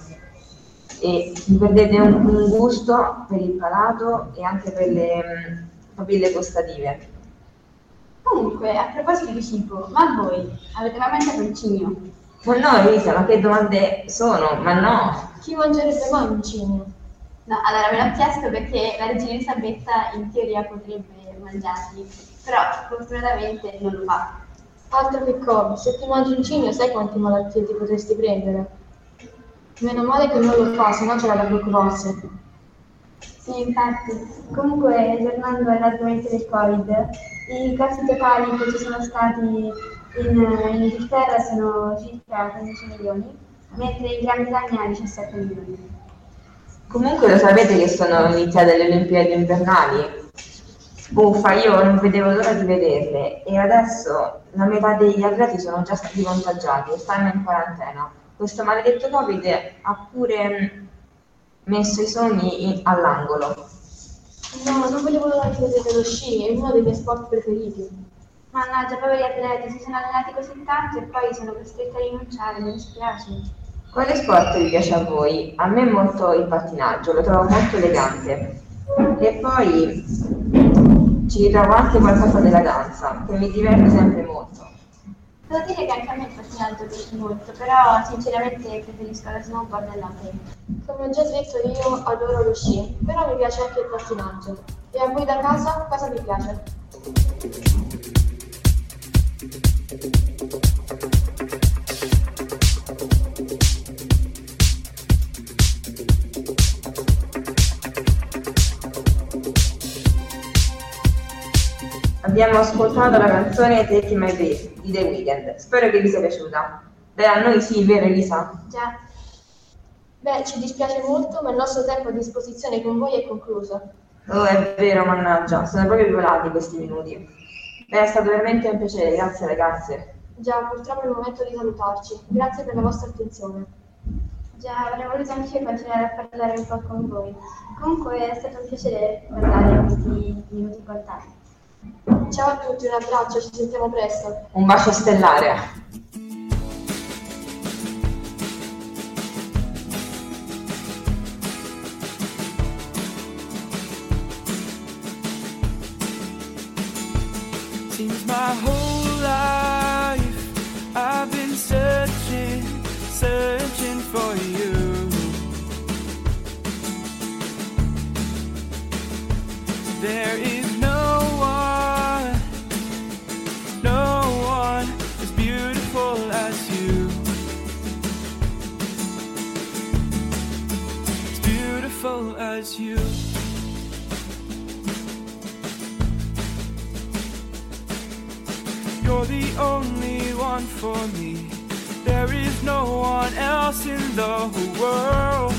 K: E vi perdete un, un gusto per il palato e anche per le mm, papille gustative.
I: Comunque, a proposito di cibo, ma voi avete mai mangiato il cigno?
K: Ma no, Elisa, ma che domande sono? Ma no!
I: Chi mangerebbe mai un cigno? No, allora me l'ho chiesto perché la regina Elisabetta in teoria potrebbe mangiarli, però fortunatamente non lo fa. Altro che Covid, se ti mangi un cigno sai quante malattie ti potresti prendere? Meno male che non lo fa, sennò c'era la glucose. Sì, infatti. Comunque, tornando all'argomento del Covid, i casi totali che ci sono stati in, in Inghilterra sono circa quindici milioni, mentre in Gran Bretagna diciassette milioni.
K: Comunque lo sapete che sono iniziate le Olimpiadi invernali? Uffa, io non vedevo l'ora di vederle e adesso la metà degli atleti sono già stati contagiati e stanno in quarantena. Questo maledetto Covid ha pure messo i sogni in- all'angolo.
I: No, non volevo l'ora di vedere lo sci, è uno dei miei sport preferiti. Mannaggia, poveri atleti, si sono allenati così tanto e poi sono costretti a rinunciare, mi dispiace.
K: Quale sport vi piace a voi? A me molto il pattinaggio, lo trovo molto elegante. E poi ci ritrovo anche qualcosa della danza, che mi diverte sempre molto.
I: Devo dire che anche a me il pattinaggio piace molto, però sinceramente preferisco la snowboard e l'hockey. Come ho già detto io adoro lo sci, però mi piace anche il pattinaggio. E a voi da casa cosa vi piace?
K: Abbiamo ascoltato la canzone Take My Breath di The Weeknd, spero che vi sia piaciuta. Beh, a noi sì, vero Elisa?
I: Già. Beh, ci dispiace molto, ma il nostro tempo a disposizione con voi è concluso.
K: Oh, è vero, mannaggia, sono proprio volati questi minuti. Beh, è stato veramente un piacere, grazie ragazze.
I: Già, purtroppo è il momento di salutarci. Grazie per la vostra attenzione. Già, avrei voluto anch'io continuare a parlare un po' con voi. Comunque è stato un piacere parlare questi minuti con te. Ciao a tutti, un abbraccio, ci sentiamo presto.
K: Un bacio stellare.
F: Seems my whole life I've been searching, searching for you. There is no one, no one as beautiful as you. beautiful as you. You're the only one for me. There is no one else in the whole world.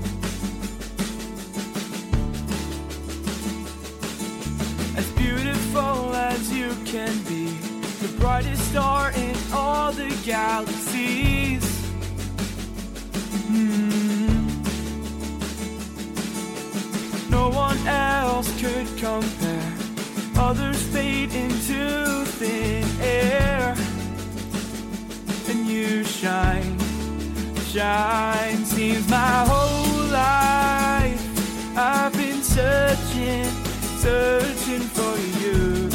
F: As beautiful as you can be, the brightest star in all the galaxies. Mm. No one else could compare. Others fade into thin air, and you shine, shine. Seems my whole life I've been searching, searching for you.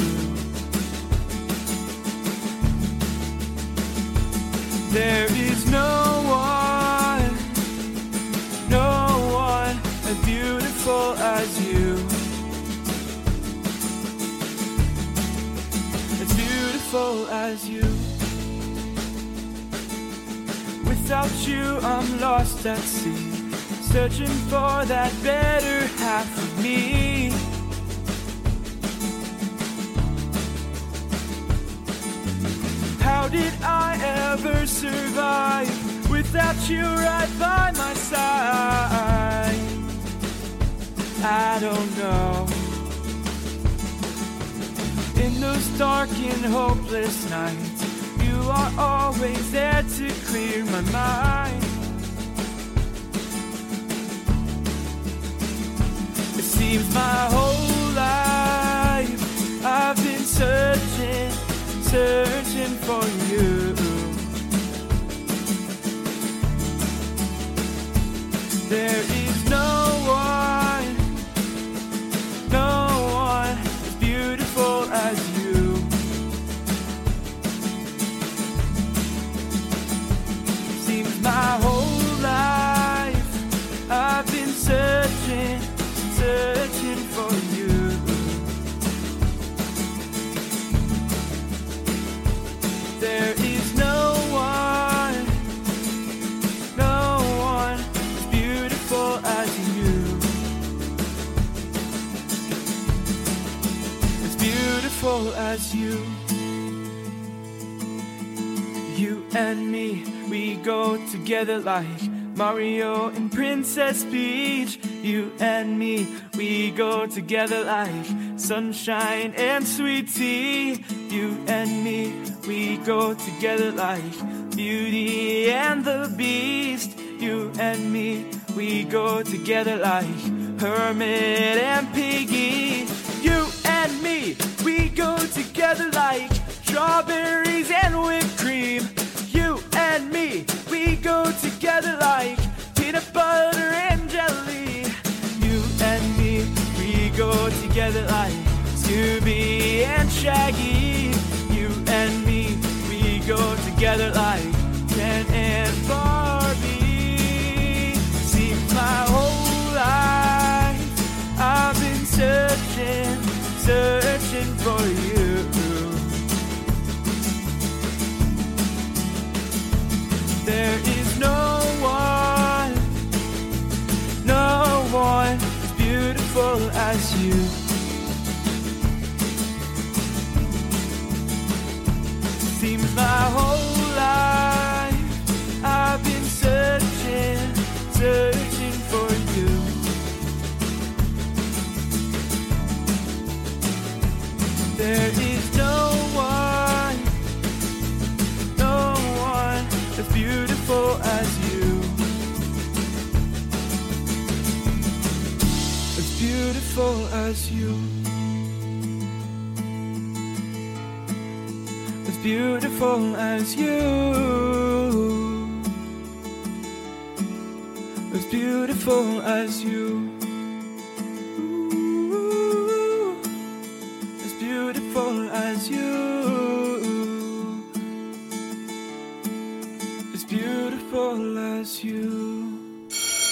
F: There is no one, no one as beautiful as you. As beautiful as you. Without you I'm lost at sea, searching for that better half of me. How did I ever survive without you right by my side? I don't know. In those dark and hopeless nights, you are always there to clear my mind. It seems my whole life I've been searching, searching for you. There is no one, no one as beautiful as you. Seems my whole life I've been searching, searching for you. There is no one, no one as beautiful as you. As beautiful as you. You and me, we go together like Mario and Princess Peach. You and me, we go together like sunshine and sweet tea. You and me, we go together like Beauty and the Beast. You and me, we go together like Hermit and Piggy. You and me, we go together like strawberries and whipped cream. You and me, we go together like peanut butter and jelly. You and me, we go together like Scooby and Shaggy. You and me, we go together like Ken and Barbie. Seems my whole life I've been searching, searching for you. There is no one, no one as beautiful as you. Seems my whole life I've been searching, searching for you. There is no one, no one as beautiful as you. As beautiful as you. As beautiful as you. As beautiful as you. Ooh, as beautiful as you. As beautiful as you.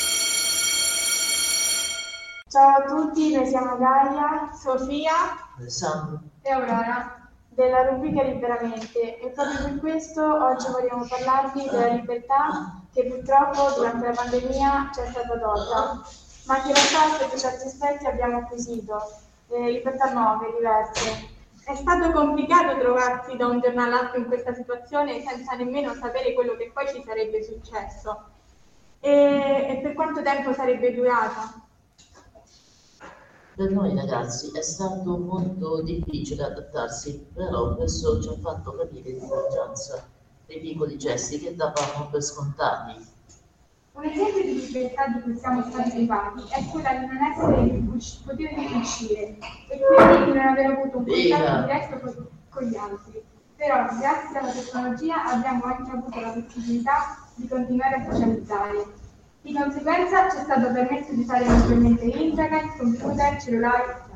B: Ciao a tutti, noi siamo Gaia, Sofia
C: Alessandro
B: e Aurora della rubrica Liberamente, e proprio per questo oggi vogliamo parlarvi della libertà che purtroppo durante la pandemia ci è stata tolta,
I: ma che in realtà sotto certi aspetti abbiamo acquisito, eh, libertà nuove, diverse. È stato complicato trovarsi da un giorno all'altro in questa situazione senza nemmeno sapere quello che poi ci sarebbe successo e, e per quanto tempo sarebbe durata.
L: Per noi ragazzi è stato molto difficile adattarsi, però questo ci ha fatto capire l'importanza dei piccoli gesti che davamo per scontati.
I: Un esempio di libertà di cui siamo stati privati è quella di non essere potuti uscire e quindi di non aver avuto un contatto diretto con, con gli altri. Però grazie alla tecnologia abbiamo anche avuto la possibilità di continuare a socializzare. Di conseguenza ci è stato permesso di usare maggiormente internet, computer, cellulari, eccetera.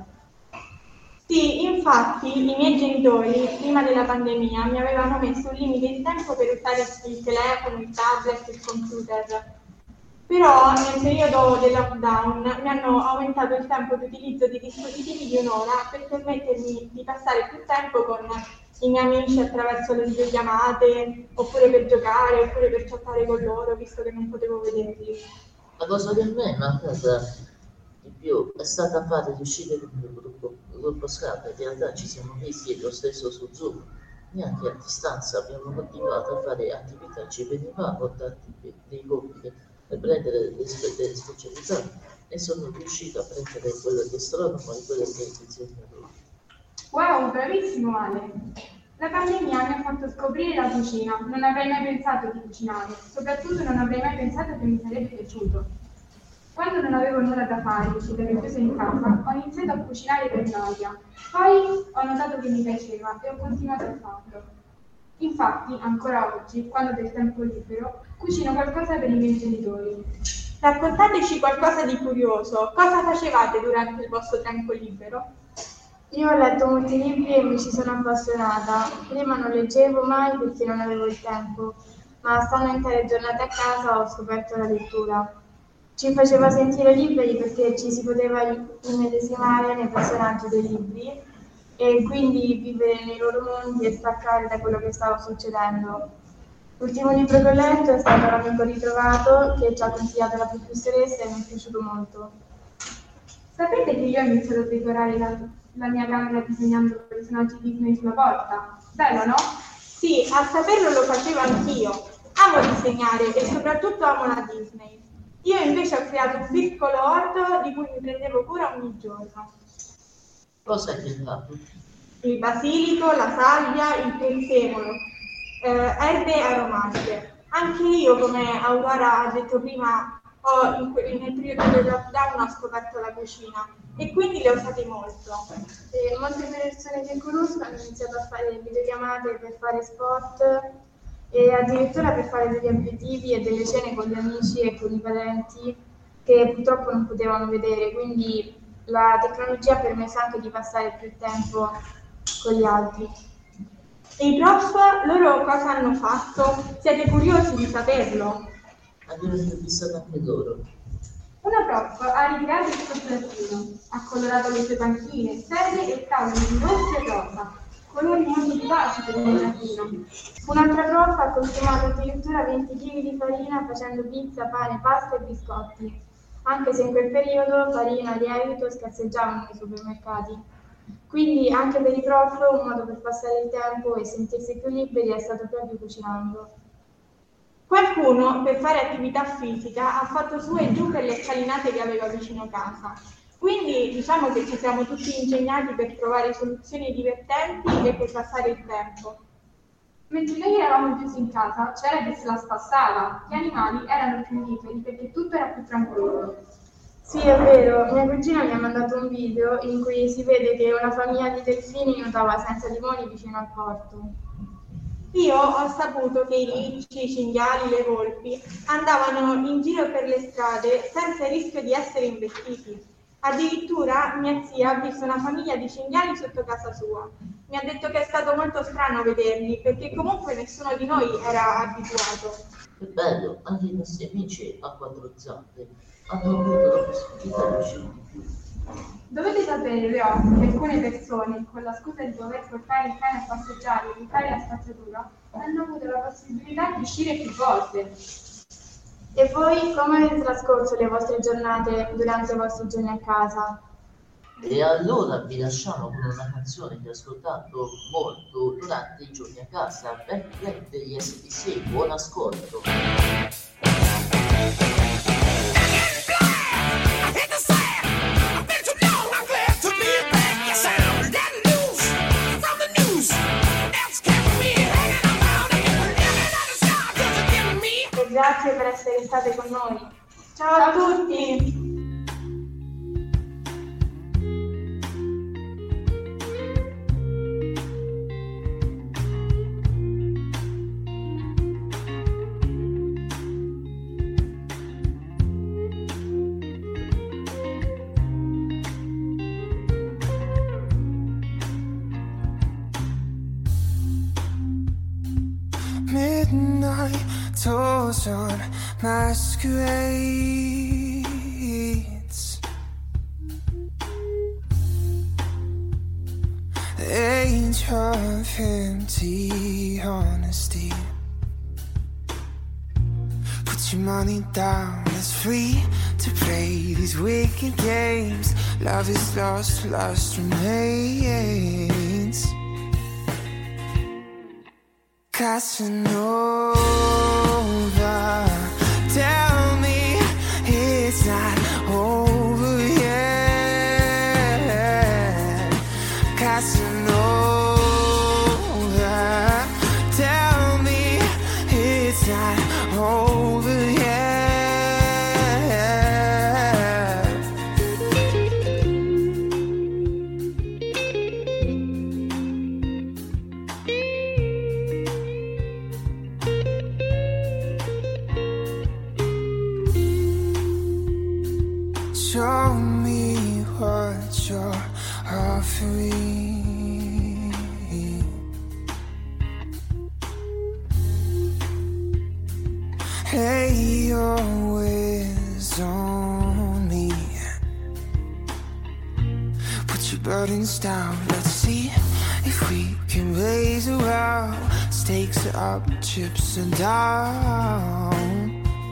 I: Sì, infatti i miei genitori prima della pandemia mi avevano messo un limite di tempo per usare il telefono, il tablet, il computer. Però nel periodo del lockdown mi hanno aumentato il tempo di utilizzo di dispositivi di un'ora per permettermi di passare più tempo con i miei amici attraverso le videochiamate, oppure per giocare, oppure per chattare con loro, visto che non potevo vederli.
L: La cosa che a me è mancata di più è stata fare le uscite con il mio gruppo, il gruppo Skype. In realtà ci siamo visti lo stesso su Zoom, neanche a distanza abbiamo continuato a fare attività, ci venivamo dati dei compiti per prendere le specialità e sono riuscito a prendere quello di astronomo e quello di disegnatore.
I: Wow, bravissimo Ale! La pandemia mi ha fatto scoprire la cucina, non avrei mai pensato di cucinare, soprattutto non avrei mai pensato che mi sarebbe piaciuto. Quando non avevo nulla da fare, ed ero chiusa in casa, ho iniziato a cucinare per noia, poi ho notato che mi piaceva e ho continuato a farlo. Infatti, ancora oggi, quando ho del tempo libero, cucino qualcosa per i miei genitori. Raccontateci qualcosa di curioso, cosa facevate durante il vostro tempo libero?
B: Io ho letto molti libri e mi ci sono appassionata. Prima non leggevo mai perché non avevo il tempo, ma stando intere giornate a casa ho scoperto la lettura. Ci faceva sentire liberi perché ci si poteva immedesimare nei personaggi dei libri e quindi vivere nei loro mondi e staccare da quello che stava succedendo. L'ultimo libro che ho letto è stato L'amico ritrovato, che ci ha consigliato la professoressa e mi è piaciuto molto.
I: Sapete che io ho iniziato a decorare la, la mia camera disegnando personaggi Disney sulla porta? Bello, no? Sì, a saperlo lo facevo anch'io. Amo disegnare e soprattutto amo la Disney. Io invece ho creato un piccolo orto di cui mi prendevo cura ogni giorno.
L: Cosa hai creato?
I: Il basilico, la salvia, il prezzemolo, eh, erbe aromatiche. Anche io, come Aurora ha detto prima, ho in que- nel periodo del lockdown ho scoperto la cucina e quindi le ho usate molto.
B: E molte persone che conosco hanno iniziato a fare videochiamate per fare sport e addirittura per fare degli aperitivi e delle cene con gli amici e con i parenti che purtroppo non potevano vedere, quindi la tecnologia ha permesso anche di passare più tempo con gli altri.
I: E i prof, loro cosa hanno fatto? Siete curiosi di saperlo?
L: Abbiamo intervistato anche loro.
I: Una prof ha ricreato il suo giardino, ha colorato le sue panchine, sedie e tavoli di rosso e rosa, colori molto vivaci per il giardino.
B: Un'altra prof ha consumato addirittura venti chili di farina facendo pizza, pane, pasta e biscotti, anche se in quel periodo farina e lievito scarseggiavano nei supermercati. Quindi anche per i prof un modo per passare il tempo e sentirsi più liberi è stato proprio cucinando.
I: Qualcuno, per fare attività fisica, ha fatto su e giù per le scalinate che aveva vicino casa. Quindi diciamo che ci siamo tutti ingegnati per trovare soluzioni divertenti e per passare il tempo. Mentre noi eravamo chiusi in casa, c'era chi se la spassava, gli animali erano più liberi perché tutto era più tranquillo.
B: Sì, è vero, mia cugina mi ha mandato un video in cui si vede che una famiglia di delfini nuotava senza timoni vicino al porto.
I: Io ho saputo che i ricci, i cinghiali, le volpi andavano in giro per le strade senza il rischio di essere investiti. Addirittura mia zia ha visto una famiglia di cinghiali sotto casa sua. Mi ha detto che è stato molto strano vederli, perché comunque nessuno di noi era abituato.
L: Che bello, anche i nostri amici a quattro zampe hanno avuto la possibilità di uscire di più.
I: Dovete sapere, però, che alcune persone, con la scusa di dover portare il cane a passeggiare e evitare la spazzatura, hanno avuto la possibilità di uscire più volte. E voi come avete trascorso le vostre giornate durante i vostri giorni a casa?
L: E allora vi lasciamo con una canzone che ho ascoltato molto durante i giorni a casa, Back Then degli S D C. Buon ascolto.
I: E grazie per essere state con noi. Ciao a tutti!
M: Midnight tours on masquerades. The age of empty honesty. Put your money down, it's free to play these wicked games. Love is lost, lost remains. Casanova, tell me it's not over yet. Casanova, tell me it's not over yet. Show me what you're offering. Lay your ways on me. Put your burdens down. Let's see if we can raise a row. Stakes are up, chips are down.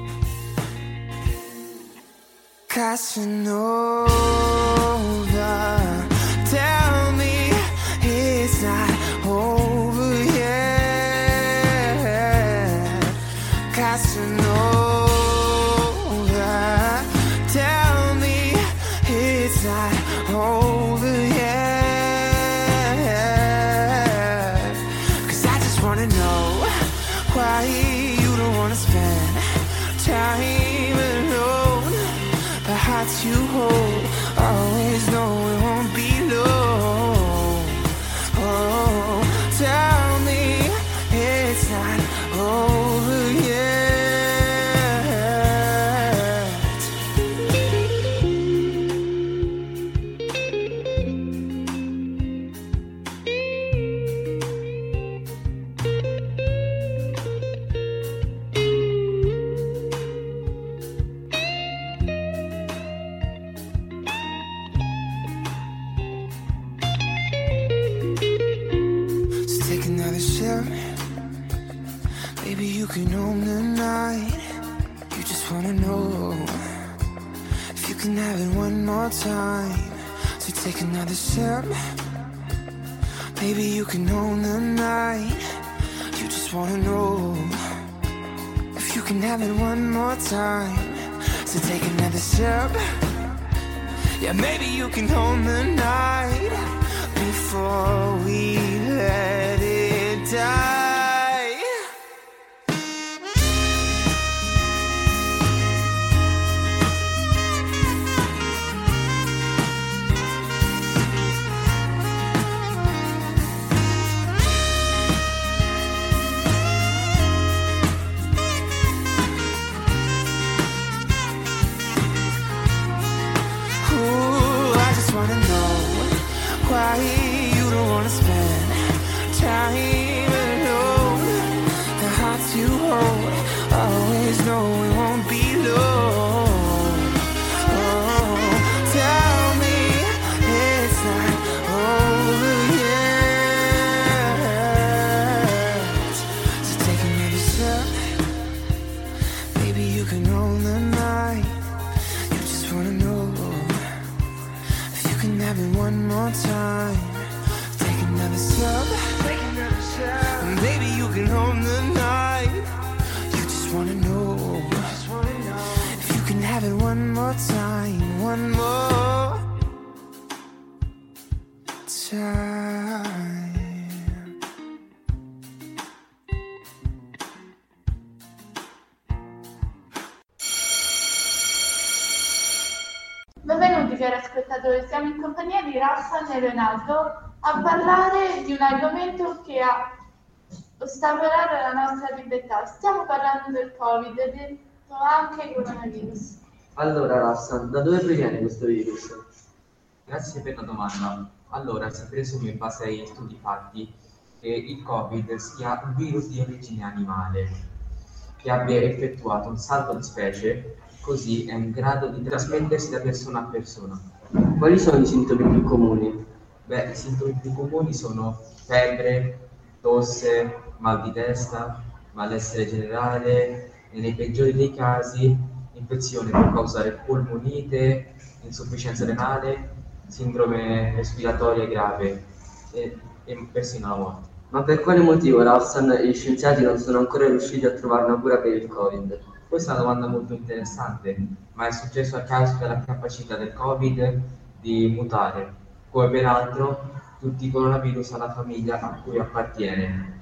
M: Casanova, tell me it's not over yet. Casanova, tell me it's not over yet. 'Cause I just wanna know why you don't wanna spend time alone. The hearts you hold, always know it won't be long. Oh, tell me it's not over yet. Baby, you can own the night. You just wanna know if you can have it one more time. So take another sip. Baby, you can own the night. You just wanna know if you can have it one more time. So take another sip. Yeah, maybe you can own the night before we let it die. Why you don't wanna spend time alone. can have it one more time. Take another sip. Take another sip. And baby, you can hold the night. You just wanna know. Just wanna know. If you can have it one more time. One more time.
N: Benvenuti cari ascoltatori, siamo in compagnia di Raffa e Leonardo a parlare di un argomento che ha ostacolato la nostra libertà. Stiamo parlando del Covid, detto anche coronavirus.
O: Allora Raffa, da dove proviene questo virus?
P: Grazie per la domanda. Allora, si presume in base ai studi fatti che il Covid sia un virus di origine animale che abbia effettuato un salto di specie, così è in grado di trasmettersi da persona a persona.
O: Quali sono i sintomi più comuni?
P: Beh, i sintomi più comuni sono febbre, tosse, mal di testa, malessere generale e nei peggiori dei casi infezione può causare polmonite, insufficienza renale, sindrome respiratoria grave e, e persino la morte.
O: Ma per quale motivo, Rafsan, gli scienziati non sono ancora riusciti a trovare una cura per il Covid?
P: Questa è una domanda molto interessante, ma è successo a causa della capacità del Covid di mutare, come peraltro tutti i coronavirus alla famiglia a cui appartiene.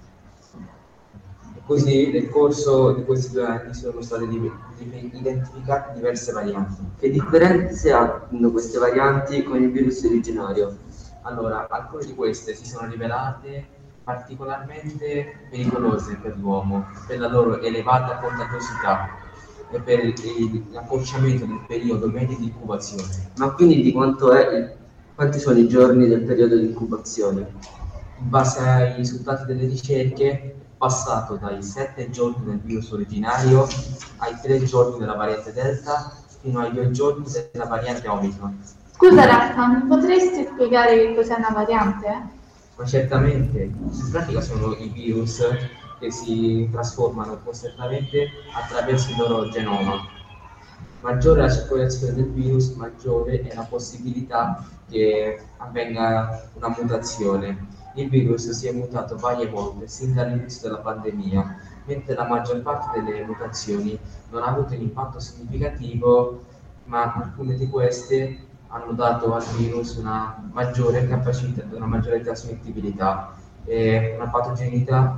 P: E così nel corso di questi due anni sono state di- di- identificate diverse varianti.
O: Che differenze hanno queste varianti con il virus originario?
P: Allora, alcune di queste si sono rivelate particolarmente pericolose per l'uomo, per la loro elevata contagiosità e per il- l'accorciamento del periodo medio di incubazione.
O: Ma quindi di quanto è il- quanti sono i giorni del periodo di incubazione?
P: In base ai risultati delle ricerche, è passato dai sette giorni del virus originario ai tre giorni della variante Delta fino ai due giorni della variante Omicron.
N: Scusa Raffa, mi potresti spiegare che cos'è una variante?
P: Ma certamente, in pratica sono i virus che si trasformano costantemente attraverso il loro genoma. Maggiore è la circolazione del virus, maggiore è la possibilità che avvenga una mutazione. Il virus si è mutato varie volte sin dall'inizio della pandemia, mentre la maggior parte delle mutazioni non ha avuto un impatto significativo, ma alcune di queste hanno dato al virus una maggiore capacità, una maggiore trasmettibilità e una patogenicità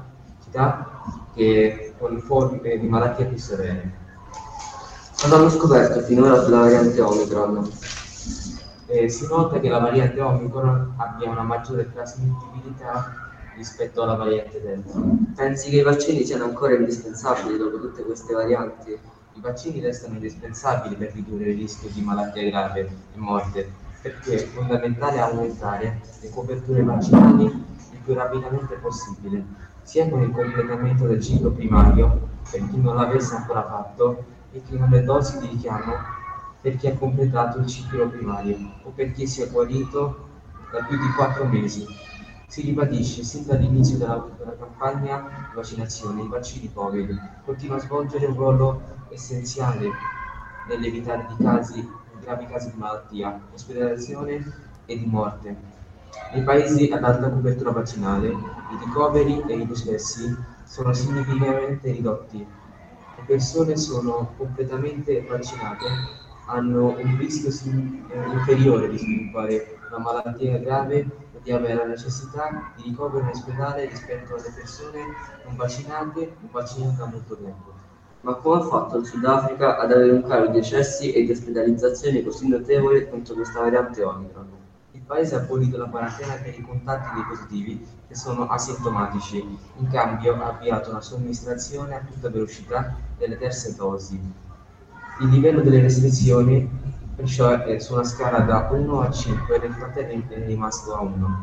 P: che con forme di malattie più severe.
O: Cosa hanno scoperto finora sulla variante Omicron?
P: Eh, si nota che la variante Omicron abbia una maggiore trasmettibilità rispetto alla variante Delta.
O: Pensi che i vaccini siano ancora indispensabili dopo tutte queste varianti?
P: I vaccini restano indispensabili per ridurre il rischio di malattie grave e morte, perché è fondamentale aumentare le coperture vaccinali il più rapidamente possibile, sia con il completamento del ciclo primario, per chi non l'avesse ancora fatto, e con le dosi di richiamo per chi ha completato il ciclo primario o per chi si è guarito da più di quattro mesi. Si ribadisce sin dall'inizio della, della campagna di vaccinazione, i vaccini Covid continuano a svolgere un ruolo essenziale nell'evitare di casi, gravi casi di malattia, ospedalizzazione e di morte. Nei paesi ad alta copertura vaccinale, i ricoveri e i decessi sono significativamente ridotti. Le persone sono completamente vaccinate, hanno un rischio sim- eh, inferiore di sviluppare una malattia grave o di avere la necessità di ricovero in ospedale rispetto alle persone non vaccinate o vaccinate da molto tempo.
O: Ma come ha fatto il Sudafrica ad avere un calo di decessi e di ospedalizzazioni così notevole contro questa variante Omicron?
P: Il paese ha abolito la quarantena per i contatti dei positivi che sono asintomatici, in cambio ha avviato una somministrazione a tutta velocità delle terze dosi. Il livello delle restrizioni perciò è su una scala da uno a cinque, nel frattempo è rimasto a uno.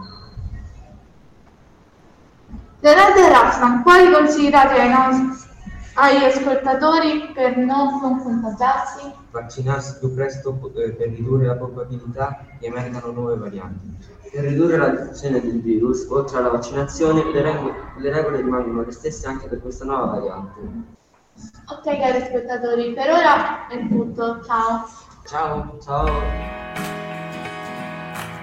N: Leonardo e Raffa, quali consigli date ai nostri agli ascoltatori per non, non contagiarsi?
P: Vaccinarsi più presto eh, per ridurre la probabilità che emergano nuove varianti.
O: Per ridurre la diffusione del virus, oltre alla vaccinazione, le, reg- le regole rimangono le stesse anche per questa nuova variante.
N: Ok cari ascoltatori, per ora è tutto, ciao!
P: Ciao!
O: Ciao!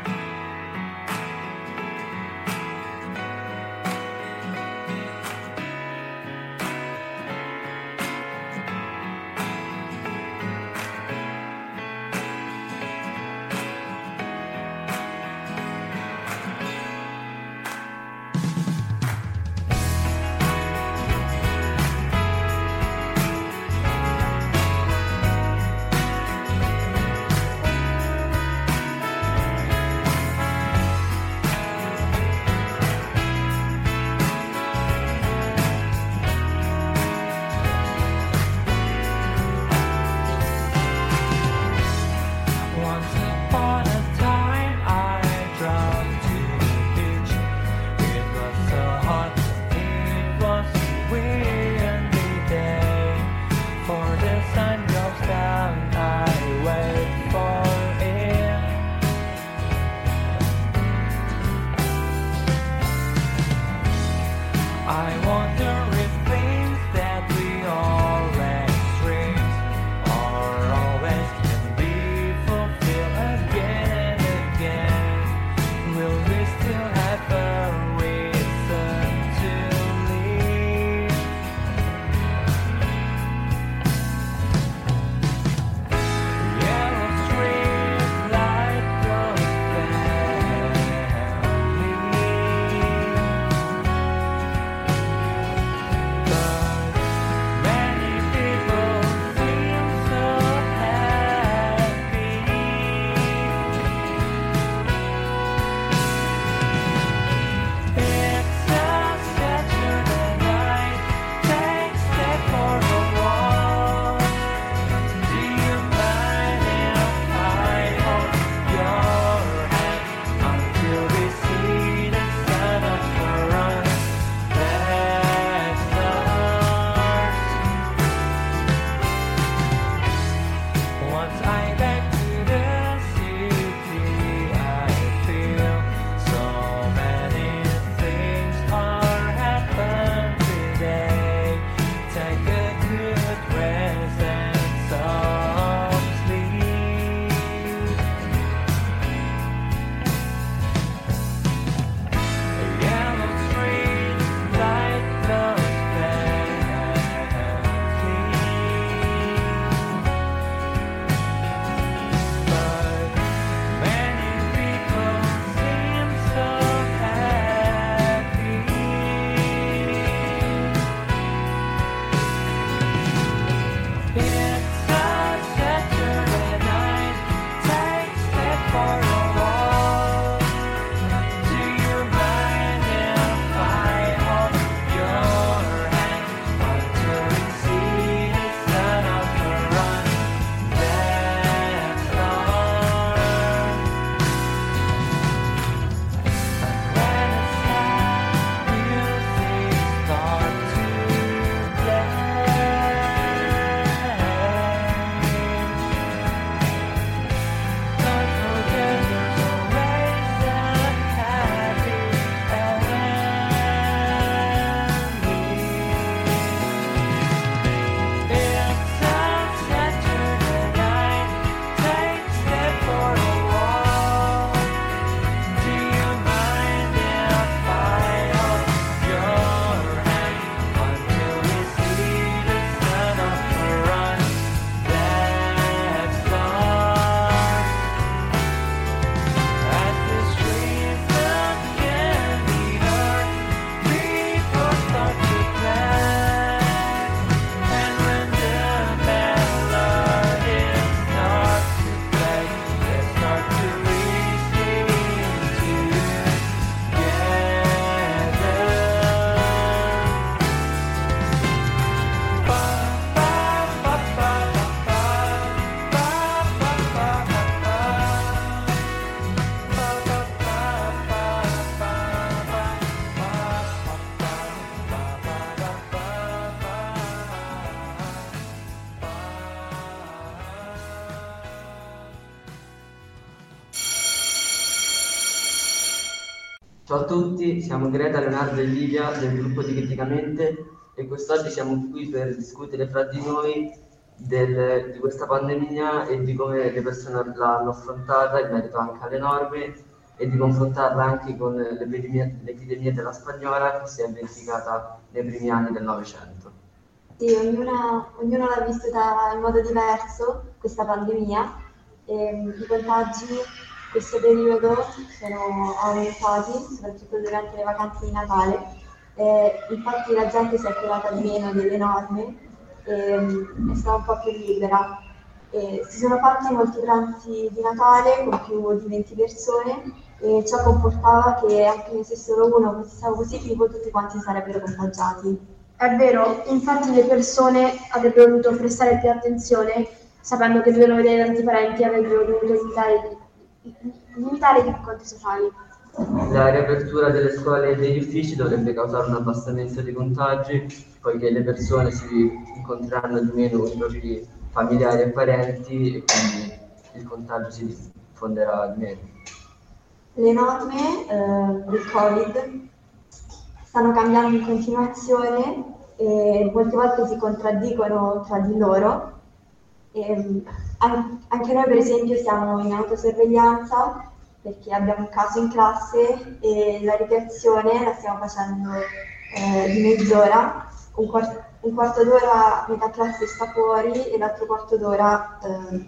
O: Ciao a tutti, siamo Greta, Leonardo e Livia del gruppo di Criticamente e quest'oggi siamo qui per discutere fra di noi del- di questa pandemia e di come le persone l'hanno affrontata in merito anche alle norme e di confrontarla anche con l'epidemia, l'epidemia della spagnola che si è verificata nei primi anni del Novecento.
G: Sì, ognuna, ognuno l'ha vissuta in modo diverso, questa pandemia. E i contagi in questo periodo sono aumentati, soprattutto durante le vacanze di Natale. E infatti la gente si è curata di meno delle norme e è stata un po' più libera. E si sono fatti molti pranzi di Natale con più di venti persone e ciò comportava che anche se solo uno fosse stato positivo tutti quanti sarebbero contagiati.
I: È vero, infatti le persone avrebbero dovuto prestare più attenzione, sapendo che dovevano vedere tanti parenti e avrebbero dovuto limitare, limitare gli incontri sociali.
O: La riapertura delle scuole e degli uffici dovrebbe causare un abbassamento dei contagi, poiché le persone si incontreranno di meno con i propri familiari e parenti e quindi il contagio si diffonderà di meno.
G: Le norme eh, del Covid stanno cambiando in continuazione e molte volte si contraddicono tra di loro. E, an- anche noi per esempio siamo in autosorveglianza perché abbiamo un caso in classe e la ripetizione la stiamo facendo eh, di mezz'ora, un, quart- un quarto d'ora metà classe sta fuori e l'altro quarto d'ora eh,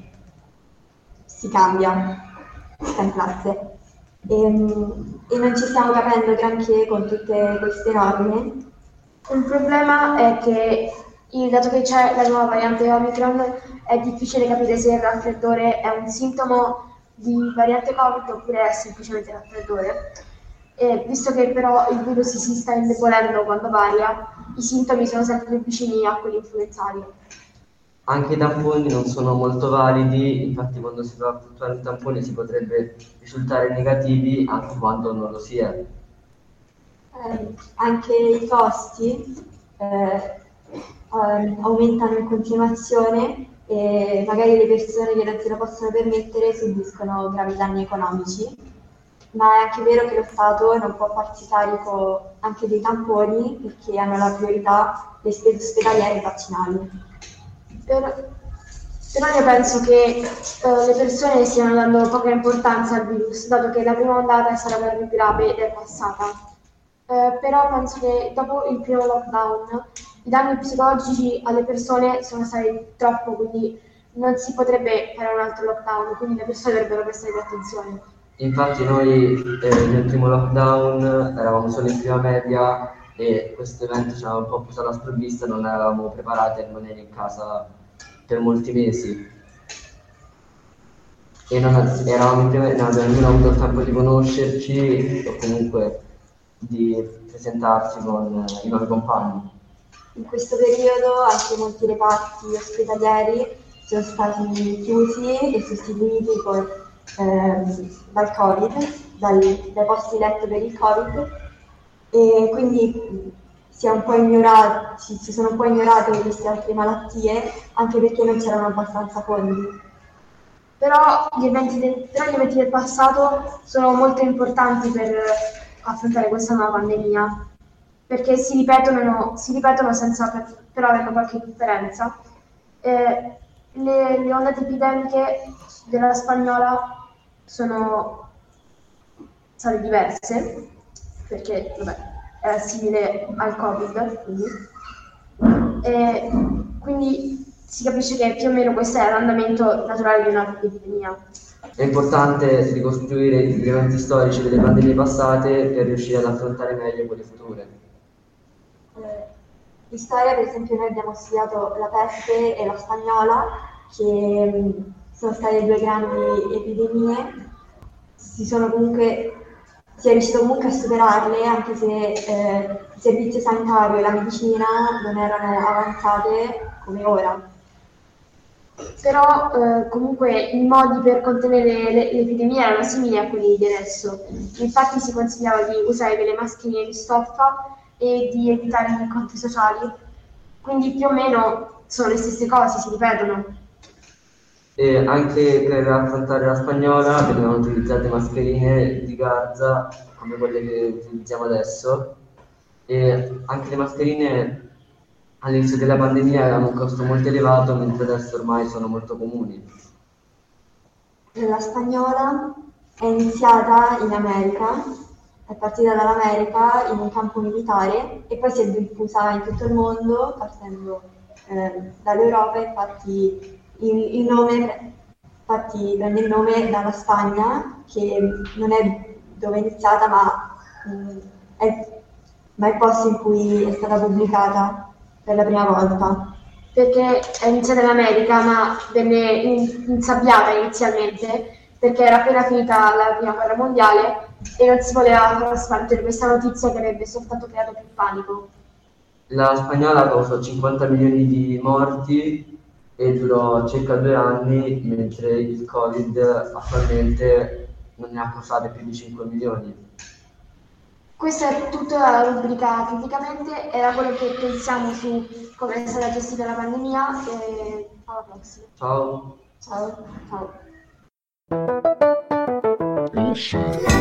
G: si cambia, sta in classe. E, e non ci stiamo capendo granché con tutte queste norme.
I: Un problema è che, il- dato che c'è la nuova variante Omicron, è difficile capire se il raffreddore è un sintomo di variante Covid oppure è semplicemente raffreddore. E visto che però il virus si sta indebolendo quando varia, i sintomi sono sempre più vicini a quelli influenzali.
O: Anche i tamponi non sono molto validi, infatti quando si va a effettuare un tampone si potrebbe risultare negativi anche quando non lo si è.
G: Eh, anche i costi eh, ehm, aumentano in continuazione e magari le persone che non se lo possono permettere subiscono gravi danni economici, ma è anche vero che lo Stato non può farsi carico anche dei tamponi perché hanno la priorità le spese ospedaliere e vaccinali.
I: Per- Però io penso che eh, le persone stiano dando poca importanza al virus, dato che la prima ondata è stata quella più grave ed è passata. Eh, però penso che dopo il primo lockdown i danni psicologici alle persone sono stati troppo, quindi non si potrebbe fare un altro lockdown, quindi le persone dovrebbero prestare più attenzione.
O: Infatti noi eh, nel primo lockdown eravamo solo in prima media e questo evento ci aveva un po' preso alla sprovvista, non eravamo preparati a rimanere in casa per molti mesi e non eravamo in prima, non abbiamo nemmeno avuto il tempo di conoscerci o comunque di presentarci con eh, i nuovi compagni.
G: In questo periodo anche molti reparti ospedalieri sono stati chiusi e sostituiti con, ehm, dal Covid, dal- dai posti letto per il Covid e quindi si, è un po' ignorato, si, si sono un po' ignorate queste altre malattie anche perché non c'erano abbastanza fondi.
I: Però gli eventi del, però gli eventi del passato sono molto importanti per affrontare questa nuova pandemia, perché si ripetono, si ripetono senza per- però avere qualche differenza. Eh, le, le ondate epidemiche della spagnola sono state diverse, perché vabbè, era simile al Covid, quindi. E quindi si capisce che più o meno questo è l'andamento naturale di un'epidemia.
O: È importante ricostruire gli eventi storici delle pandemie passate per riuscire ad affrontare meglio quelle future.
G: Eh, in storia, per esempio, noi abbiamo studiato la peste e la spagnola, che mh, sono state due grandi epidemie. Si sono comunque, si è riuscito comunque a superarle, anche se eh, il servizio sanitario e la medicina non erano avanzate come ora.
I: Però eh, comunque i modi per contenere le- l'epidemia erano simili a quelli di adesso. Infatti si consigliava di usare delle mascherine di stoffa e di evitare gli incontri sociali. Quindi più o meno sono le stesse cose, si ripetono.
O: E anche per affrontare la spagnola venivano utilizzate mascherine di garza come quelle che utilizziamo adesso, e anche le mascherine all'inizio della pandemia avevano un costo molto elevato, mentre adesso ormai sono molto comuni.
G: La spagnola è iniziata in America, è partita dall'America in un campo militare e poi si è diffusa in tutto il mondo partendo eh, dall'Europa. Infatti il, il nome infatti prende il nome dalla Spagna, che non è dove è iniziata, ma, mh, è, ma è il posto in cui è stata pubblicata per la prima volta.
Q: Perché è iniziata in America, ma venne in- insabbiata inizialmente perché era appena finita la prima guerra mondiale e non si voleva far spargere questa notizia che avrebbe soltanto creato più panico.
O: La spagnola causò cinquanta milioni di morti e durò circa due anni, mentre il Covid attualmente non ne ha causate più di cinque milioni.
Q: Questa è tutta la rubrica Criticamente, era quello che pensiamo su come è stata gestita la pandemia e alla prossima.
O: Ciao.
Q: Ciao. Ciao.
M: Ciao.